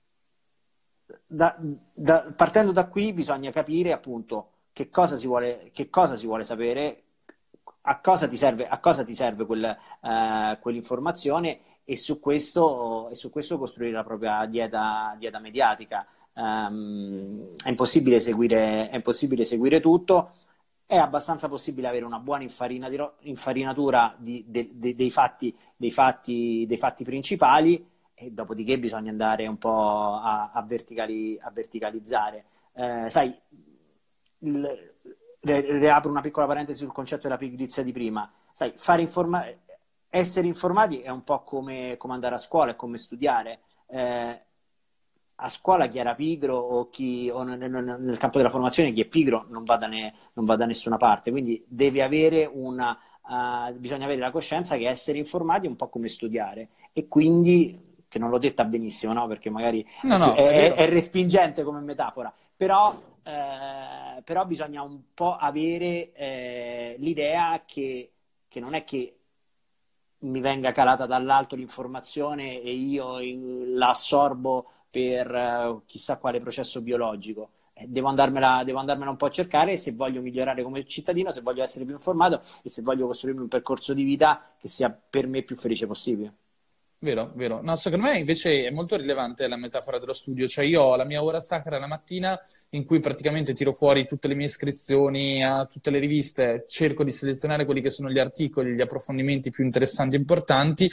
da, da, partendo da qui bisogna capire appunto che cosa si vuole, che cosa si vuole sapere, a cosa ti serve, a cosa ti serve quel, uh, quell'informazione, e su questo, e su questo costruire la propria dieta, dieta mediatica. Um, è impossibile seguire, è impossibile seguire tutto, è abbastanza possibile avere una buona infarinatura di, de, de, dei, fatti, dei, fatti, dei fatti principali, e dopodiché bisogna andare un po' a, a, verticali, a verticalizzare. Eh, sai, il, riapro una piccola parentesi sul concetto della pigrizia di prima. Sai, fare informa- essere informati è un po' come, come andare a scuola, è come studiare. Eh, a scuola chi era pigro o chi o nel, nel campo della formazione chi è pigro non va da, ne, non va da nessuna parte, quindi deve avere una uh, bisogna avere la coscienza che essere informati è un po' come studiare, e quindi, che non l'ho detta benissimo, no? Perché magari no, no, è, è, è respingente come metafora, però, eh, però bisogna un po' avere eh, l'idea che, che non è che mi venga calata dall'alto l'informazione e io la assorbo per uh, chissà quale processo biologico. Eh, devo, andarmela, devo andarmela un po' a cercare, se voglio migliorare come cittadino, se voglio essere più informato e se voglio costruirmi un percorso di vita che sia per me più felice possibile. Vero, vero. No, secondo me invece è molto rilevante la metafora dello studio, cioè io ho la mia ora sacra la mattina in cui praticamente tiro fuori tutte le mie iscrizioni a tutte le riviste, cerco di selezionare quelli che sono gli articoli, gli approfondimenti più interessanti e importanti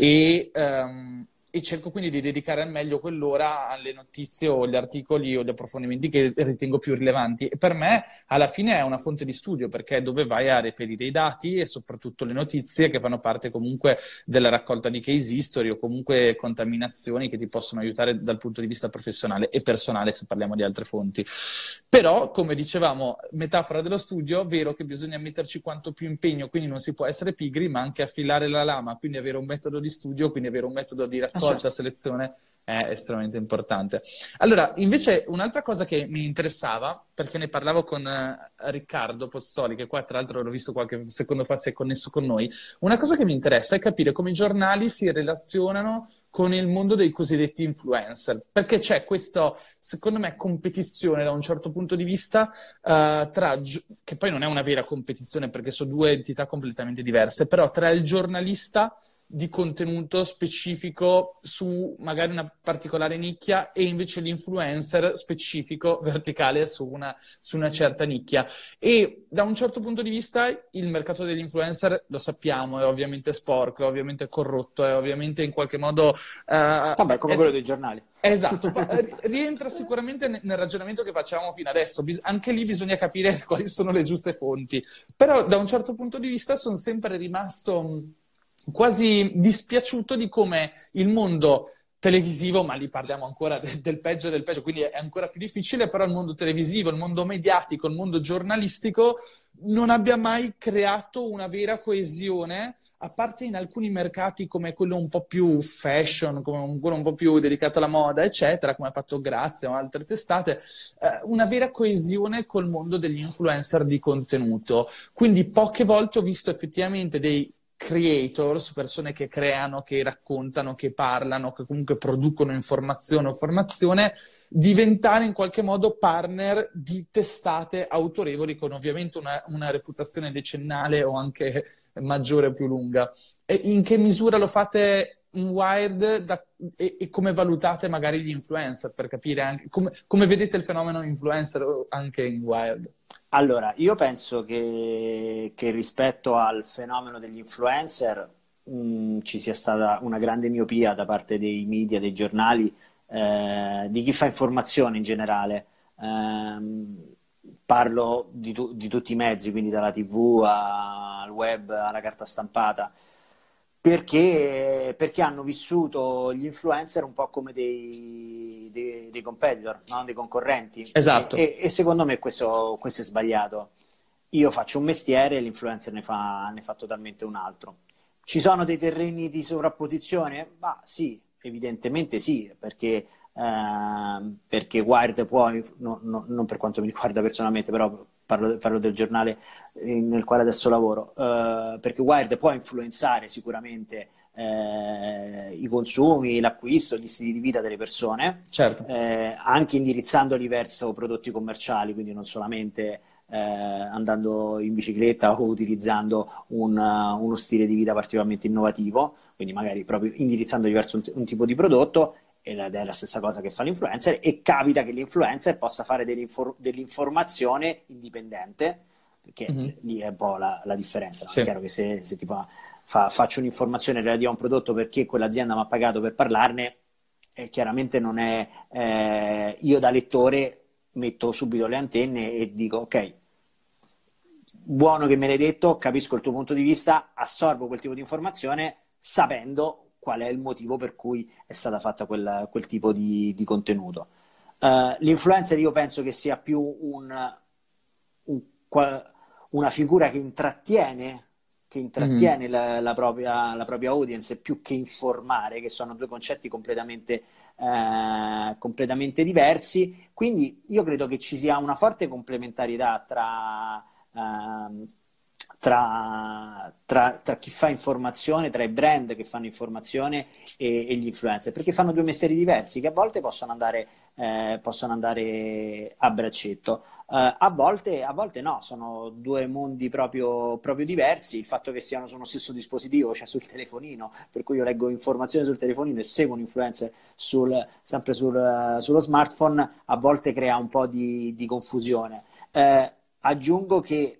e, ehm, e cerco quindi di dedicare al meglio quell'ora alle notizie o agli articoli o agli approfondimenti che ritengo più rilevanti. E per me alla fine è una fonte di studio perché è dove vai a reperire i dati e soprattutto le notizie che fanno parte comunque della raccolta di case history o comunque contaminazioni che ti possono aiutare dal punto di vista professionale e personale se parliamo di altre fonti. Però, come dicevamo, metafora dello studio, vero che bisogna metterci quanto più impegno, quindi non si può essere pigri, ma anche affilare la lama, quindi avere un metodo di studio, quindi avere un metodo di raccolta, selezione è estremamente importante. Allora, invece, un'altra cosa che mi interessava, perché ne parlavo con uh, Riccardo Pozzoli, che qua tra l'altro l'ho visto qualche secondo fa si è connesso con noi, una cosa che mi interessa è capire come i giornali si relazionano con il mondo dei cosiddetti influencer, perché c'è questa, secondo me, competizione da un certo punto di vista, uh, tra, che poi non è una vera competizione perché sono due entità completamente diverse, però tra il giornalista di contenuto specifico su magari una particolare nicchia e invece l'influencer specifico verticale su una, su una certa nicchia. E da un certo punto di vista il mercato degli influencer, lo sappiamo, è ovviamente sporco, è ovviamente corrotto, è ovviamente in qualche modo... Uh, Vabbè, come è, quello dei giornali. Esatto, fa, rientra sicuramente nel ragionamento che facciamo fino adesso. Bis- anche lì bisogna capire quali sono le giuste fonti. Però da un certo punto di vista sono sempre rimasto quasi dispiaciuto di come il mondo televisivo, ma lì parliamo ancora de- del peggio del peggio, quindi è ancora più difficile, però il mondo televisivo, il mondo mediatico, il mondo giornalistico non abbia mai creato una vera coesione, a parte in alcuni mercati come quello un po' più fashion, come un, quello un po' più dedicato alla moda, eccetera, come ha fatto Grazia o altre testate, eh, una vera coesione col mondo degli influencer di contenuto. Quindi poche volte ho visto effettivamente dei creators, persone che creano, che raccontano, che parlano, che comunque producono informazione o formazione, diventare in qualche modo partner di testate autorevoli con ovviamente una, una reputazione decennale o anche maggiore o più lunga. E in che misura lo fate in Wired da, e, e come valutate magari gli influencer per capire anche come, come vedete il fenomeno influencer anche in Wired? Allora, io penso che, che rispetto al fenomeno degli influencer mh, ci sia stata una grande miopia da parte dei media, dei giornali, eh, di chi fa informazione in generale. Ehm, parlo di, tu- di tutti i mezzi, quindi dalla T V a- al web, alla carta stampata, perché, perché hanno vissuto gli influencer un po' come dei, dei, dei competitor, no? Dei concorrenti. Esatto. E, e- e secondo me questo, questo è sbagliato. Io faccio un mestiere e l'influencer ne fa, ne fa totalmente un altro. Ci sono dei terreni di sovrapposizione? Ma sì, evidentemente sì, perché, ehm, perché Wired può, no- no- non per quanto mi riguarda personalmente, però parlo, parlo del giornale eh, nel quale adesso lavoro, eh, perché Wired può influenzare sicuramente eh, i consumi, l'acquisto, gli stili di vita delle persone, Certo. eh, anche indirizzandoli verso prodotti commerciali, quindi non solamente eh, andando in bicicletta o utilizzando un, uh, uno stile di vita particolarmente innovativo, quindi magari proprio indirizzandoli verso un, un tipo di prodotto. Ed è la stessa cosa che fa l'influencer, e capita che l'influencer possa fare dell'infor- dell'informazione indipendente, perché Mm-hmm. lì è un po' la, la differenza, no? Sì. È chiaro che se, se ti fa, fa, faccio un'informazione relativa a un prodotto perché quell'azienda mi ha pagato per parlarne, eh, chiaramente non è eh, io da lettore metto subito le antenne e dico ok, buono che me l'hai detto, capisco il tuo punto di vista, assorbo quel tipo di informazione sapendo qual è il motivo per cui è stata fatta quel, quel tipo di, di contenuto. Uh, l'influencer io penso che sia più un, un, una figura che intrattiene, che intrattiene mm-hmm. la, la, propria, la propria audience più che informare, che sono due concetti completamente, eh, completamente diversi. Quindi io credo che ci sia una forte complementarietà tra... Uh, Tra, tra, tra chi fa informazione, tra i brand che fanno informazione e, e gli influencer, perché fanno due mestieri diversi che a volte possono andare eh, possono andare a braccetto. Uh, a volte, a volte no, sono due mondi proprio, proprio diversi. Il fatto che siano sullo stesso dispositivo, cioè sul telefonino, per cui io leggo informazioni sul telefonino e seguo un influencer sul, sempre sul, uh, sullo smartphone, a volte crea un po' di, di confusione. Uh, aggiungo che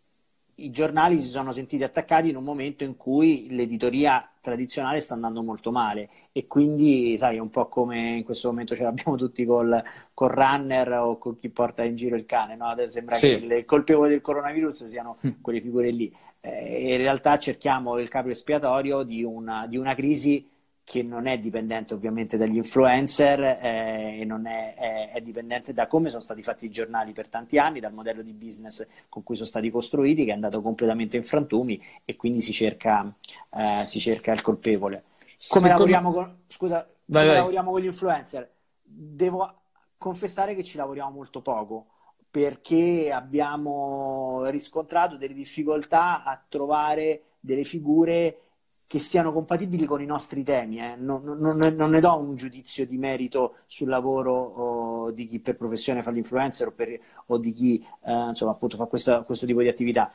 i giornali si sono sentiti attaccati in un momento in cui l'editoria tradizionale sta andando molto male e quindi, sai, è un po' come in questo momento ce l'abbiamo tutti col, col runner o con chi porta in giro il cane, no? Adesso sembra sì. che il colpevole del coronavirus siano quelle figure lì. Eh, in realtà cerchiamo il capro espiatorio di una, di una crisi che non è dipendente ovviamente dagli influencer eh, e non è, è, è dipendente da come sono stati fatti i giornali per tanti anni, dal modello di business con cui sono stati costruiti, che è andato completamente in frantumi e quindi si cerca, eh, si cerca il colpevole. Come, Secondo... lavoriamo, con... Scusa, vai, come vai. lavoriamo con gli influencer? Devo confessare che ci lavoriamo molto poco, perché abbiamo riscontrato delle difficoltà a trovare delle figure che siano compatibili con i nostri temi. Eh. Non, non, non ne do un giudizio di merito sul lavoro oh, di chi per professione fa l'influencer o, per, o di chi eh, insomma, appunto fa questo, questo tipo di attività.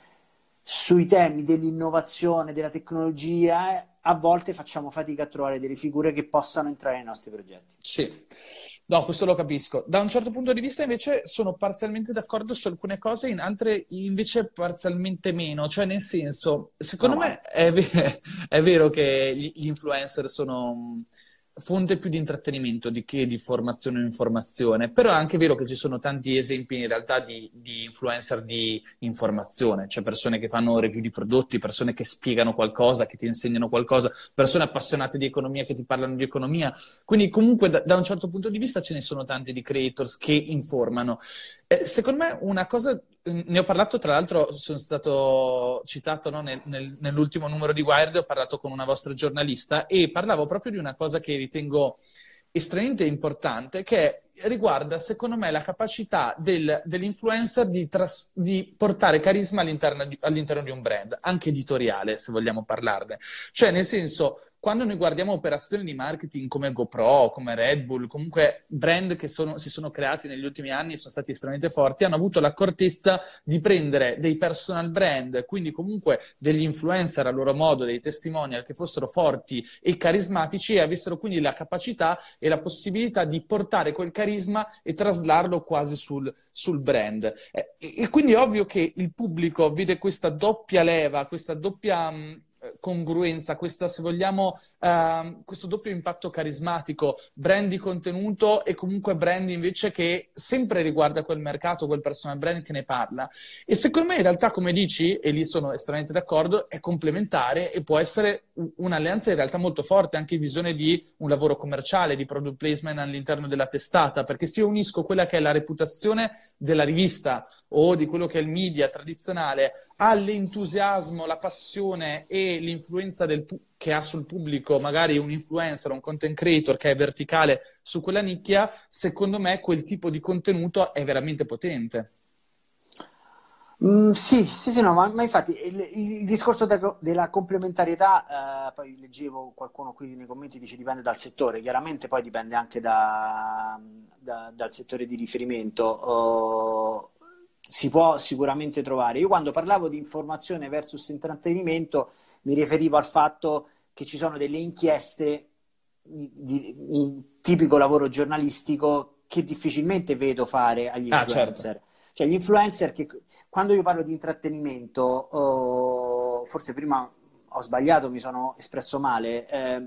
Sui temi dell'innovazione, della tecnologia, eh, a volte facciamo fatica a trovare delle figure che possano entrare nei nostri progetti. Sì. No, questo lo capisco. Da un certo punto di vista invece sono parzialmente d'accordo su alcune cose, in altre invece parzialmente meno. Cioè nel senso, secondo no, me è, ver- è vero che gli, gli influencer sono fonte più di intrattenimento di che di formazione o informazione, però è anche vero che ci sono tanti esempi in realtà di, di influencer di informazione, cioè persone che fanno review di prodotti, persone che spiegano qualcosa, che ti insegnano qualcosa, persone appassionate di economia che ti parlano di economia, quindi comunque da, da un certo punto di vista ce ne sono tanti di creators che informano. Eh, secondo me una cosa, ne ho parlato tra l'altro, sono stato citato no, nel, nel, nell'ultimo numero di Wired, ho parlato con una vostra giornalista e parlavo proprio di una cosa che ritengo estremamente importante, che riguarda secondo me la capacità del, dell'influencer di, tras, di portare carisma all'interno di, all'interno di un brand, anche editoriale se vogliamo parlarne. Cioè nel senso, quando noi guardiamo operazioni di marketing come GoPro, come Red Bull, comunque brand che sono, si sono creati negli ultimi anni e sono stati estremamente forti, hanno avuto l'accortezza di prendere dei personal brand, quindi comunque degli influencer a loro modo, dei testimonial che fossero forti e carismatici e avessero quindi la capacità e la possibilità di portare quel carisma e traslarlo quasi sul, sul brand. E, e quindi è ovvio che il pubblico vede questa doppia leva, questa doppia... Mh, congruenza, questa, se vogliamo, uh, questo doppio impatto carismatico, brand di contenuto e comunque brand invece che sempre riguarda quel mercato, quel personal brand che ne parla. E secondo me in realtà, come dici, e lì sono estremamente d'accordo, è complementare e può essere un'alleanza in realtà molto forte, anche in visione di un lavoro commerciale, di product placement all'interno della testata, perché se io unisco quella che è la reputazione della rivista o di quello che è il media tradizionale all'entusiasmo, la passione e l'influenza del pu- che ha sul pubblico, magari un influencer, un content creator che è verticale su quella nicchia, secondo me quel tipo di contenuto è veramente potente. Mm, sì, sì, sì, no, ma, ma infatti il, il discorso de- della complementarietà, eh, poi leggevo qualcuno qui nei commenti dice dipende dal settore, chiaramente poi dipende anche da, da, dal settore di riferimento. Oh, si può sicuramente trovare. Io quando parlavo di informazione versus intrattenimento mi riferivo al fatto che ci sono delle inchieste di, di un tipico lavoro giornalistico che difficilmente vedo fare agli influencer. Ah, certo. Cioè gli influencer che quando io parlo di intrattenimento, oh, forse prima ho sbagliato, mi sono espresso male, eh,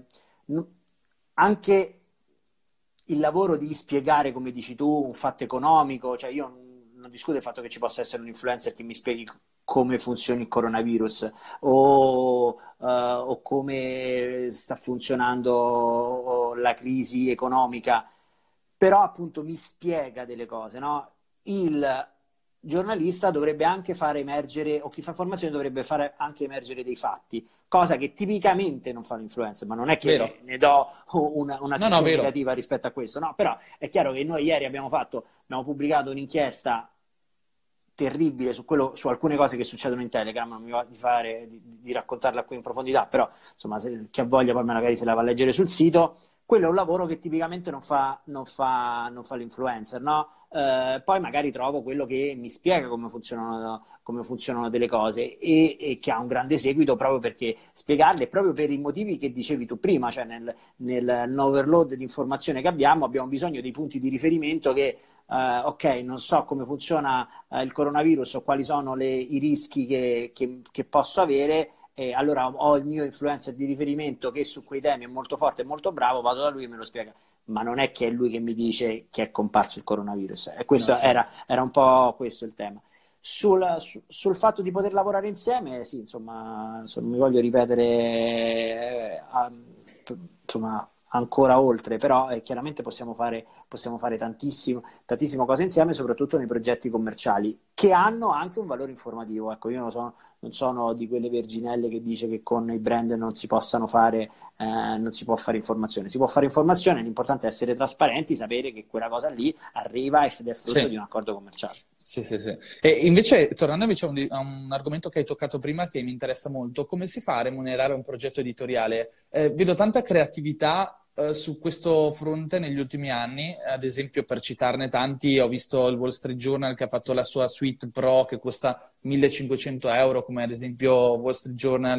anche il lavoro di spiegare, come dici tu, un fatto economico, cioè io non discuto del fatto che ci possa essere un influencer che mi spieghi come funziona il coronavirus o, uh, o come sta funzionando la crisi economica, però appunto mi spiega delle cose, no? Il giornalista dovrebbe anche fare emergere, o chi fa informazione dovrebbe fare anche emergere dei fatti, cosa che tipicamente non fa l'influencer, ma non è che vero. ne do una, una no, no, negativa rispetto a questo, no? Però è chiaro che noi ieri abbiamo fatto, abbiamo pubblicato un'inchiesta terribile su, quello, su alcune cose che succedono in Telegram, non mi va di, fare, di, di raccontarla qui in profondità, però insomma se, chi ha voglia poi magari se la va a leggere sul sito, quello è un lavoro che tipicamente non fa, non fa, non fa l'influencer, no? Eh, poi magari trovo quello che mi spiega come funzionano, come funzionano delle cose e, e che ha un grande seguito proprio perché spiegarle, proprio per i motivi che dicevi tu prima, cioè nel, nel overload di informazione che abbiamo, abbiamo bisogno dei punti di riferimento che, eh, ok, non so come funziona eh, il coronavirus o quali sono le, i rischi che, che, che posso avere. E allora ho il mio influencer di riferimento che su quei temi è molto forte e molto bravo, vado da lui e me lo spiega. Ma non è che è lui che mi dice che è comparso il coronavirus. E questo No, certo. era, era un po' questo il tema. Sul, su, sul fatto di poter lavorare insieme, sì, insomma, non mi voglio ripetere eh, a, insomma, ancora oltre, però eh, chiaramente possiamo fare, possiamo fare tantissimo, tantissime cose insieme, soprattutto nei progetti commerciali, che hanno anche un valore informativo. Ecco, io non sono, non sono di quelle verginelle che dice che con i brand non si possano fare, eh, non si può fare informazione. Si può fare informazione, l'importante è essere trasparenti, sapere che quella cosa lì arriva ed è frutto Sì. di un accordo commerciale. Sì, sì, sì. E invece, tornando invece a un, a un argomento che hai toccato prima, che mi interessa molto, come si fa a remunerare un progetto editoriale? Eh, vedo tanta creatività eh, su questo fronte negli ultimi anni, ad esempio, per citarne tanti, ho visto il Wall Street Journal che ha fatto la sua suite Pro che costa millecinquecento euro, come ad esempio Wall Street Journal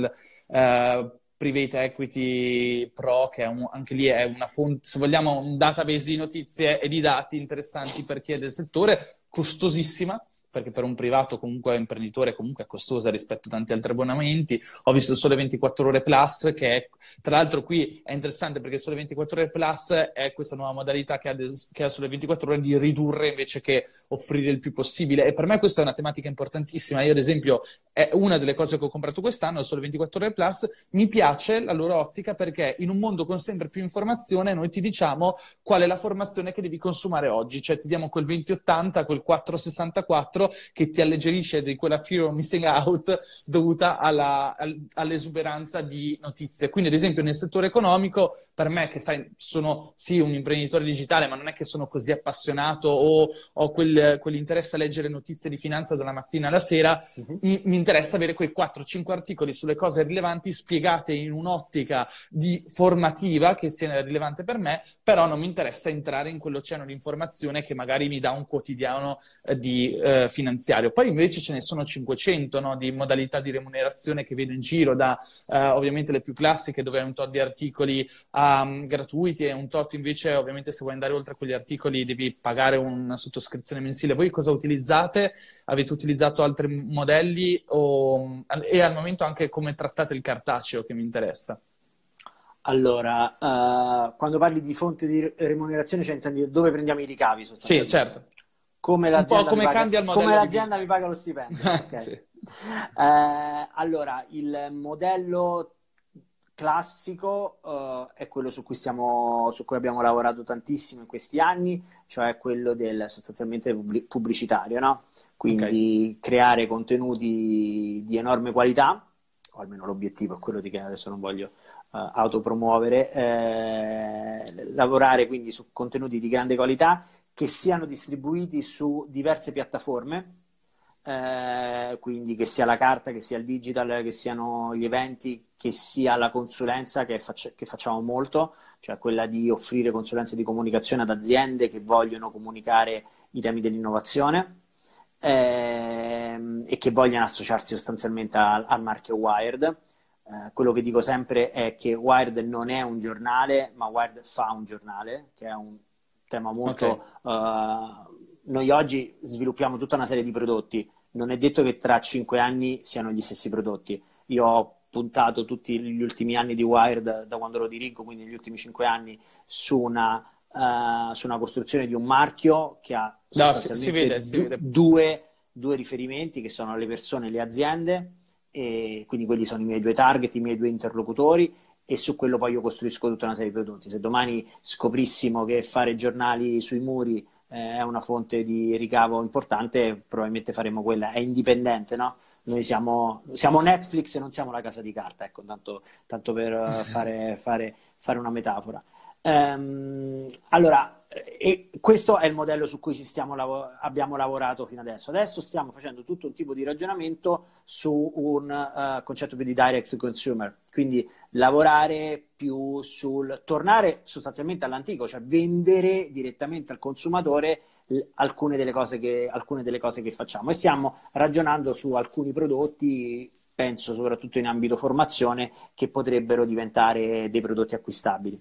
eh, Private Equity Pro, che è un, anche lì è una fonte, se vogliamo, un database di notizie e di dati interessanti per chi è del settore, costosissima, perché per un privato comunque imprenditore comunque è costosa rispetto a tanti altri abbonamenti. Ho visto il Sole ventiquattro Ore Plus, che è, tra l'altro qui è interessante perché il Sole ventiquattro Ore Plus è questa nuova modalità che ha, des, che ha Sole ventiquattro Ore di ridurre invece che offrire il più possibile. E per me questa è una tematica importantissima. Io ad esempio è una delle cose che ho comprato quest'anno, il Sole ventiquattro Ore Plus. Mi piace la loro ottica perché in un mondo con sempre più informazione noi ti diciamo qual è la formazione che devi consumare oggi, cioè ti diamo quel venti ottanta, quel quattro sessantaquattro che ti alleggerisce di quella fear of missing out dovuta alla, all'esuberanza di notizie. Quindi ad esempio nel settore economico, per me che sai, sono sì un imprenditore digitale, ma non è che sono così appassionato o ho quel, quell'interesse a leggere notizie di finanza dalla mattina alla sera, uh-huh. mi, mi interessa avere quei quattro cinque articoli sulle cose rilevanti spiegate in un'ottica di formativa che sia rilevante per me, però non mi interessa entrare in quell'oceano di informazione che magari mi dà un quotidiano eh, di eh, finanziario. Poi invece ce ne sono cinquecento, no, di modalità di remunerazione che vedo in giro, da eh, ovviamente le più classiche dove hai un tot di articoli um, gratuiti e un tot invece ovviamente se vuoi andare oltre a quegli articoli devi pagare una sottoscrizione mensile. Voi cosa utilizzate? Avete utilizzato altri modelli o, e al momento anche come trattate il cartaceo, che mi interessa? Allora, uh, quando parli di fonte di remunerazione, cioè intendi dove prendiamo i ricavi sostanzialmente? Sì, certo. Come un po' come mi paga, cambia il modello come di l'azienda business. mi paga lo stipendio. Okay. Sì. Eh, allora, il modello classico uh, è quello su cui stiamo, su cui abbiamo lavorato tantissimo in questi anni, cioè quello del sostanzialmente pubblicitario, no? Quindi okay. creare contenuti di enorme qualità, o almeno l'obiettivo è quello di che adesso non voglio uh, autopromuovere, eh, lavorare quindi su contenuti di grande qualità che siano distribuiti su diverse piattaforme, eh, quindi che sia la carta, che sia il digital, che siano gli eventi, che sia la consulenza che, faccia, che facciamo molto, cioè quella di offrire consulenze di comunicazione ad aziende che vogliono comunicare i temi dell'innovazione eh, e che vogliono associarsi sostanzialmente al, al marchio Wired. Eh, quello che dico sempre è che Wired non è un giornale, ma Wired fa un giornale, che è un tema molto... Okay. Uh, noi oggi sviluppiamo tutta una serie di prodotti, non è detto che tra cinque anni siano gli stessi prodotti. Io ho puntato tutti gli ultimi anni di Wired, da quando lo dirigo, quindi negli ultimi cinque anni, su una, uh, su una costruzione di un marchio che ha no, si, si vede, si vede. Due, due riferimenti, che sono le persone e le aziende, e quindi quelli sono i miei due target, i miei due interlocutori, e su quello poi io costruisco tutta una serie di prodotti. Se domani scoprissimo che fare giornali sui muri eh, è una fonte di ricavo importante, probabilmente faremo quella. È indipendente, no? Noi siamo, siamo Netflix e non siamo la casa di carta, ecco, tanto, tanto per fare, fare, fare una metafora. Ehm, allora, E questo è il modello su cui ci stiamo lav- abbiamo lavorato fino adesso. Adesso stiamo facendo tutto un tipo di ragionamento su un uh, concetto più di direct to consumer, quindi lavorare più sul tornare sostanzialmente all'antico, cioè vendere direttamente al consumatore l- alcune delle cose che, alcune delle cose che facciamo, e stiamo ragionando su alcuni prodotti, penso soprattutto in ambito formazione, che potrebbero diventare dei prodotti acquistabili.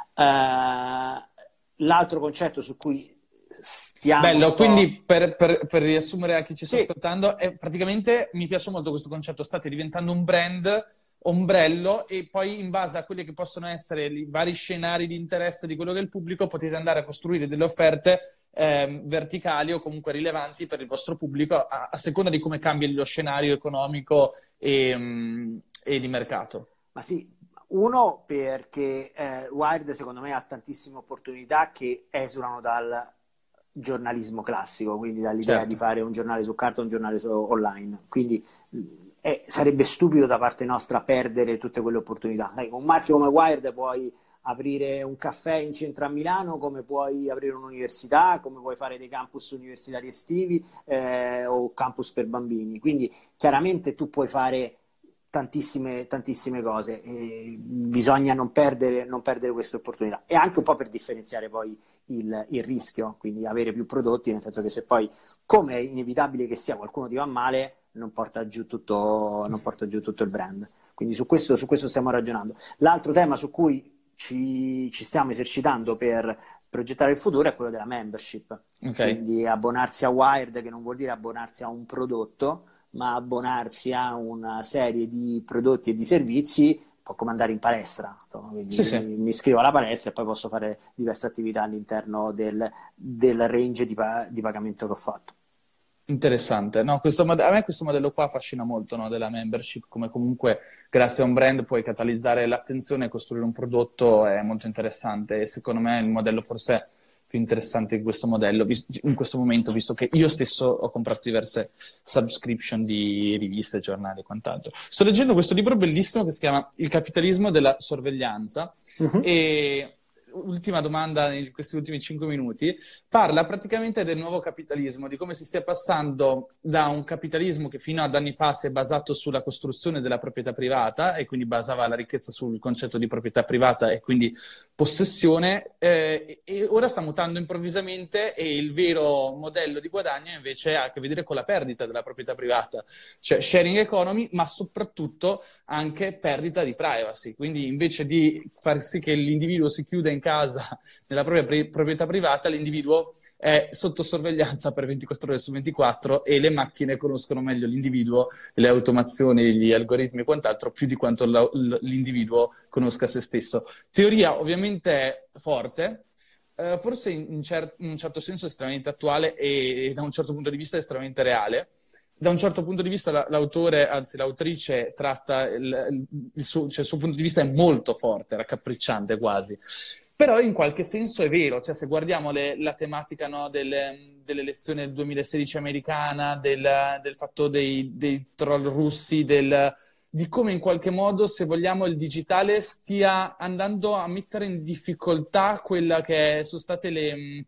Uh, L'altro concetto su cui stiamo... Bello, sto... quindi per, per, per riassumere a chi ci sta Sì. ascoltando, è, praticamente mi piace molto questo concetto, state diventando un brand ombrello e poi in base a quelli che possono essere i vari scenari di interesse di quello che è il pubblico potete andare a costruire delle offerte eh, verticali o comunque rilevanti per il vostro pubblico a, a seconda di come cambia lo scenario economico e, um, e di mercato. Ma sì, uno perché eh, Wired secondo me ha tantissime opportunità che esulano dal giornalismo classico, quindi dall'idea Certo. di fare un giornale su carta o un giornale su online, quindi eh, sarebbe stupido da parte nostra perdere tutte quelle opportunità. Con un marchio come Wired puoi aprire un caffè in centro a Milano, come puoi aprire un'università, come puoi fare dei campus universitari estivi eh, o campus per bambini, quindi chiaramente tu puoi fare tantissime, tantissime cose, e bisogna non perdere, non perdere queste opportunità, e anche un po' per differenziare poi il, il rischio, quindi avere più prodotti, nel senso che se poi, come è inevitabile che sia, qualcuno ti va male, non porta giù tutto, non porta giù tutto il brand. Quindi su questo, su questo stiamo ragionando. L'altro tema su cui ci, ci stiamo esercitando per progettare il futuro è quello della membership, Okay. quindi abbonarsi a Wired, che non vuol dire abbonarsi a un prodotto, ma abbonarsi a una serie di prodotti e di servizi, un po' come andare in palestra. Quindi Sì, sì. mi, mi iscrivo alla palestra e poi posso fare diverse attività all'interno del, del range di, pa- di pagamento che ho fatto. Interessante. No, questo mod- a me questo modello qua affascina molto, no, della membership, come comunque grazie a un brand puoi catalizzare l'attenzione e costruire un prodotto, è molto interessante e secondo me è il modello forse più interessante in questo modello, vis- in questo momento, visto che io stesso ho comprato diverse subscription di riviste, giornali e quant'altro. Sto leggendo questo libro bellissimo che si chiama Il capitalismo della sorveglianza Mhm. e ultima domanda in questi ultimi cinque minuti, parla praticamente del nuovo capitalismo, di come si stia passando da un capitalismo che fino ad anni fa si è basato sulla costruzione della proprietà privata e quindi basava la ricchezza sul concetto di proprietà privata e quindi possessione, eh, e ora sta mutando improvvisamente e il vero modello di guadagno invece ha a che vedere con la perdita della proprietà privata, cioè sharing economy, ma soprattutto anche perdita di privacy, quindi invece di far sì che l'individuo si chiuda in casa nella propria pri- proprietà privata, l'individuo è sotto sorveglianza per ventiquattro ore su ventiquattro e le macchine conoscono meglio l'individuo, le automazioni, gli algoritmi e quant'altro più di quanto la- l- l'individuo conosca se stesso. Teoria ovviamente forte, eh, forse in, in cer- in un certo senso estremamente attuale e, e da un certo punto di vista estremamente reale. Da un certo punto di vista la- l'autore, anzi l'autrice, tratta il, il- il suo, cioè il suo punto di vista è molto forte, raccapricciante quasi. Però in qualche senso è vero, cioè se guardiamo le- la tematica, no, delle, delle elezioni del duemilasedici americana, del, del fatto dei, dei troll russi, del, di come in qualche modo, se vogliamo, il digitale stia andando a mettere in difficoltà quella che sono state le... mh,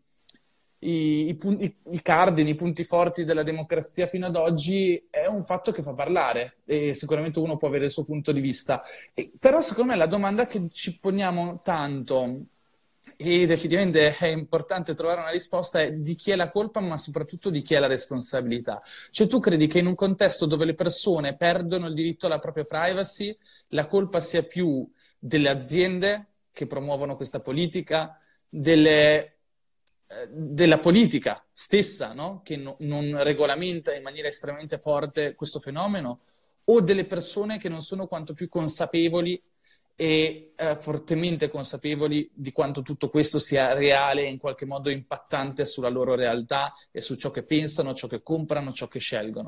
I, i pun- i- i cardini, i punti forti della democrazia fino ad oggi è un fatto che fa parlare e sicuramente uno può avere il suo punto di vista. E- però secondo me la domanda che ci poniamo tanto ed effettivamente è importante trovare una risposta è di chi è la colpa, ma soprattutto di chi è la responsabilità. Cioè tu credi che in un contesto dove le persone perdono il diritto alla propria privacy, la colpa sia più delle aziende che promuovono questa politica, delle eh, della politica stessa, no? Che no- non regolamenta in maniera estremamente forte questo fenomeno, o delle persone che non sono quanto più consapevoli e eh, fortemente consapevoli di quanto tutto questo sia reale e in qualche modo impattante sulla loro realtà e su ciò che pensano, ciò che comprano, ciò che scelgono.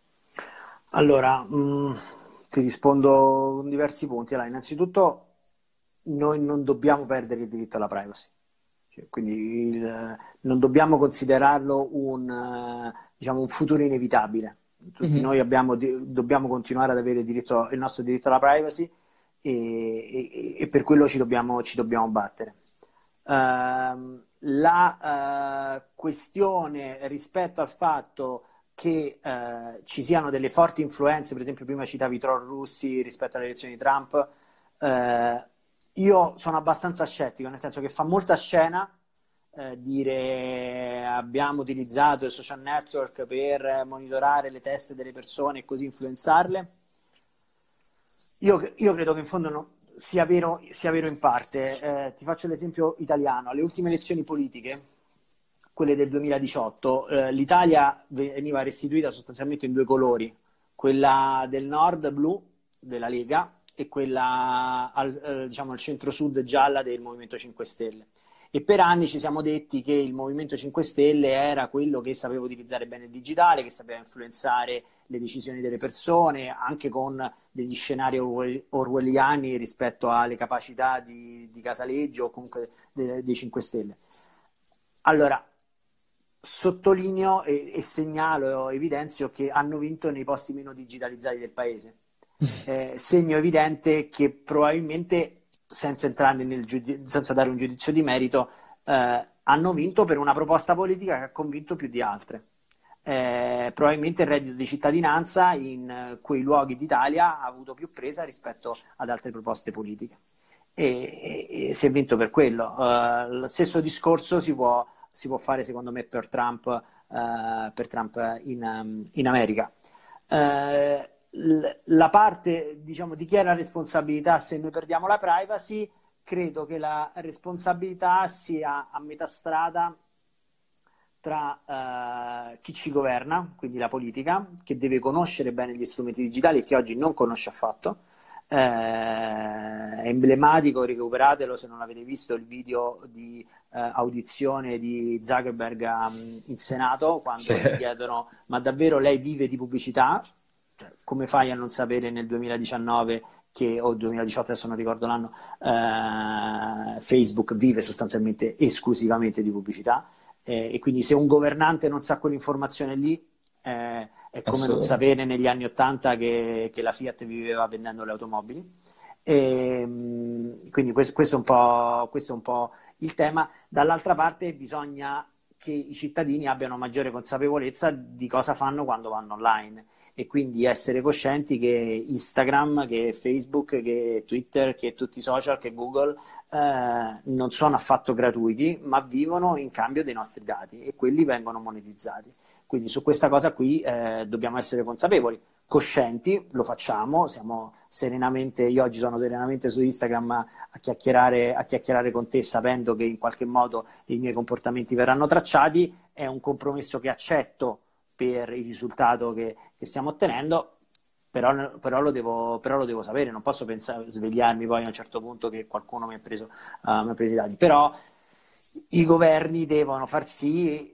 Allora, mh, ti rispondo con diversi punti. Allora, innanzitutto, noi non dobbiamo perdere il diritto alla privacy. Cioè, quindi il- non dobbiamo considerarlo un, eh, diciamo, un futuro inevitabile. Tutti Mhm. noi abbiamo di- dobbiamo continuare ad avere diritto, il nostro diritto alla privacy e, e- e per quello ci dobbiamo, ci dobbiamo battere. Ehm, la uh, questione rispetto al fatto che uh, ci siano delle forti influenze, per esempio prima citavi i troll russi rispetto alle elezioni di Trump, uh, io sono abbastanza scettico, nel senso che fa molta scena uh, dire abbiamo utilizzato il social network per monitorare le teste delle persone e così influenzarle. Io, io credo che in fondo no, sia vero, sia vero in parte. Eh, ti faccio l'esempio italiano. Alle ultime elezioni politiche, quelle del duemiladiciotto, eh, l'Italia veniva restituita sostanzialmente in due colori, quella del nord blu della Lega e quella al, eh, diciamo, al centro-sud gialla del Movimento cinque Stelle. E per anni ci siamo detti che il Movimento cinque Stelle era quello che sapeva utilizzare bene il digitale, che sapeva influenzare le decisioni delle persone, anche con degli scenari orwelliani rispetto alle capacità di, di Casaleggio o comunque dei, dei cinque Stelle. Allora, sottolineo e, e segnalo, evidenzio che hanno vinto nei posti meno digitalizzati del paese. Eh, segno evidente che probabilmente, senza entrare nel giudi- senza dare un giudizio di merito, eh, hanno vinto per una proposta politica che ha convinto più di altre. Eh, probabilmente il reddito di cittadinanza in eh, quei luoghi d'Italia ha avuto più presa rispetto ad altre proposte politiche e, e, e si è vinto per quello. Uh, lo stesso discorso si può, si può fare secondo me per Trump, uh, per Trump in, um, in America. Uh, la parte, diciamo, di chi è la responsabilità se noi perdiamo la privacy, credo che la responsabilità sia a metà strada tra uh, chi ci governa, quindi la politica, che deve conoscere bene gli strumenti digitali e che oggi non conosce affatto. Eh, è emblematico, recuperatelo se non l'avete visto, il video di uh, audizione di Zuckerberg um, in Senato, quando sì. gli chiedono ma davvero lei vive di pubblicità? Come fai a non sapere nel duemiladiciannove che, o duemiladiciotto, adesso non ricordo l'anno, uh, Facebook vive sostanzialmente esclusivamente di pubblicità? Eh, e quindi se un governante non sa quell'informazione lì, eh, è come non sapere negli anni Ottanta che, che la Fiat viveva vendendo le automobili. E, quindi questo, questo, è un po', questo è un po' il tema. Dall'altra parte bisogna che i cittadini abbiano maggiore consapevolezza di cosa fanno quando vanno online e quindi essere coscienti che Instagram, che Facebook, che Twitter, che tutti i social, che Google eh, non sono affatto gratuiti, ma vivono in cambio dei nostri dati e quelli vengono monetizzati. Quindi su questa cosa qui eh, dobbiamo essere consapevoli, coscienti, lo facciamo, siamo serenamente, io oggi sono serenamente su Instagram a, a, chiacchierare, a chiacchierare con te sapendo che in qualche modo i miei comportamenti verranno tracciati, è un compromesso che accetto per il risultato che, che stiamo ottenendo, però, però, lo devo, però lo devo sapere, non posso pensare, svegliarmi poi a un certo punto che qualcuno mi ha preso, uh, mi ha preso i dati, però i governi devono far sì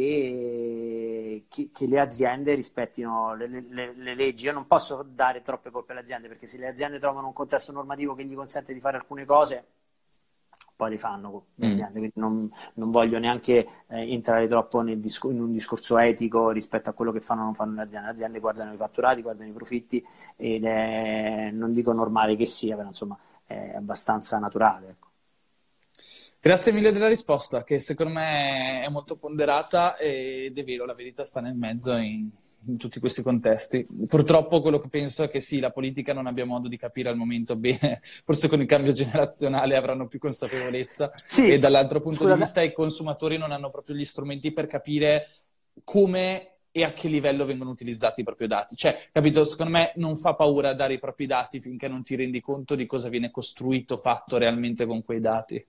che, che, che le aziende rispettino le, le, le leggi. Io non posso dare troppe colpe alle aziende, perché se le aziende trovano un contesto normativo che gli consente di fare alcune cose, poi le fanno le aziende, mm. quindi non, non voglio neanche eh, entrare troppo nel discor- in un discorso etico rispetto a quello che fanno o non fanno le aziende. Le aziende guardano i fatturati, guardano i profitti ed è, non dico normale che sia, però insomma è abbastanza naturale, ecco. Grazie mille della risposta, che secondo me è molto ponderata ed è vero, la verità sta nel mezzo in, in tutti questi contesti. Purtroppo quello che penso è che sì, la politica non abbia modo di capire al momento bene, forse con il cambio generazionale avranno più consapevolezza, sì, e dall'altro punto scusate. di vista i consumatori non hanno proprio gli strumenti per capire come e a che livello vengono utilizzati i propri dati. Cioè, capito, secondo me non fa paura dare i propri dati finché non ti rendi conto di cosa viene costruito, fatto realmente con quei dati.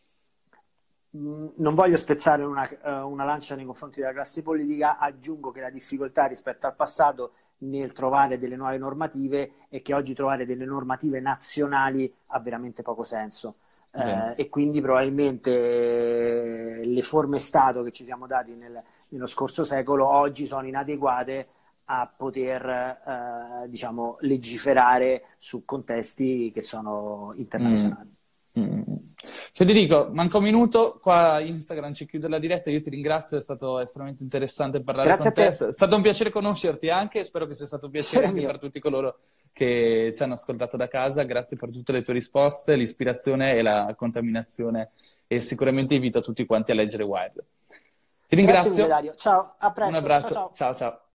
Non voglio spezzare una, una lancia nei confronti della classe politica, aggiungo che la difficoltà rispetto al passato nel trovare delle nuove normative è che oggi trovare delle normative nazionali ha veramente poco senso, eh, e quindi probabilmente le forme Stato che ci siamo dati nel, nello scorso secolo oggi sono inadeguate a poter eh, diciamo legiferare su contesti che sono internazionali. Mm. Mm. Federico, manca un minuto, qua Instagram ci chiude la diretta, io ti ringrazio, è stato estremamente interessante parlare Grazie con te. te, è stato un piacere conoscerti anche e spero che sia stato un piacere anche per tutti coloro che ci hanno ascoltato da casa, grazie per tutte le tue risposte, l'ispirazione e la contaminazione, e sicuramente invito tutti quanti a leggere Wired. Ti ringrazio. Grazie mille, Dario. Ciao, a presto. Un abbraccio. Ciao, ciao. Ciao, ciao.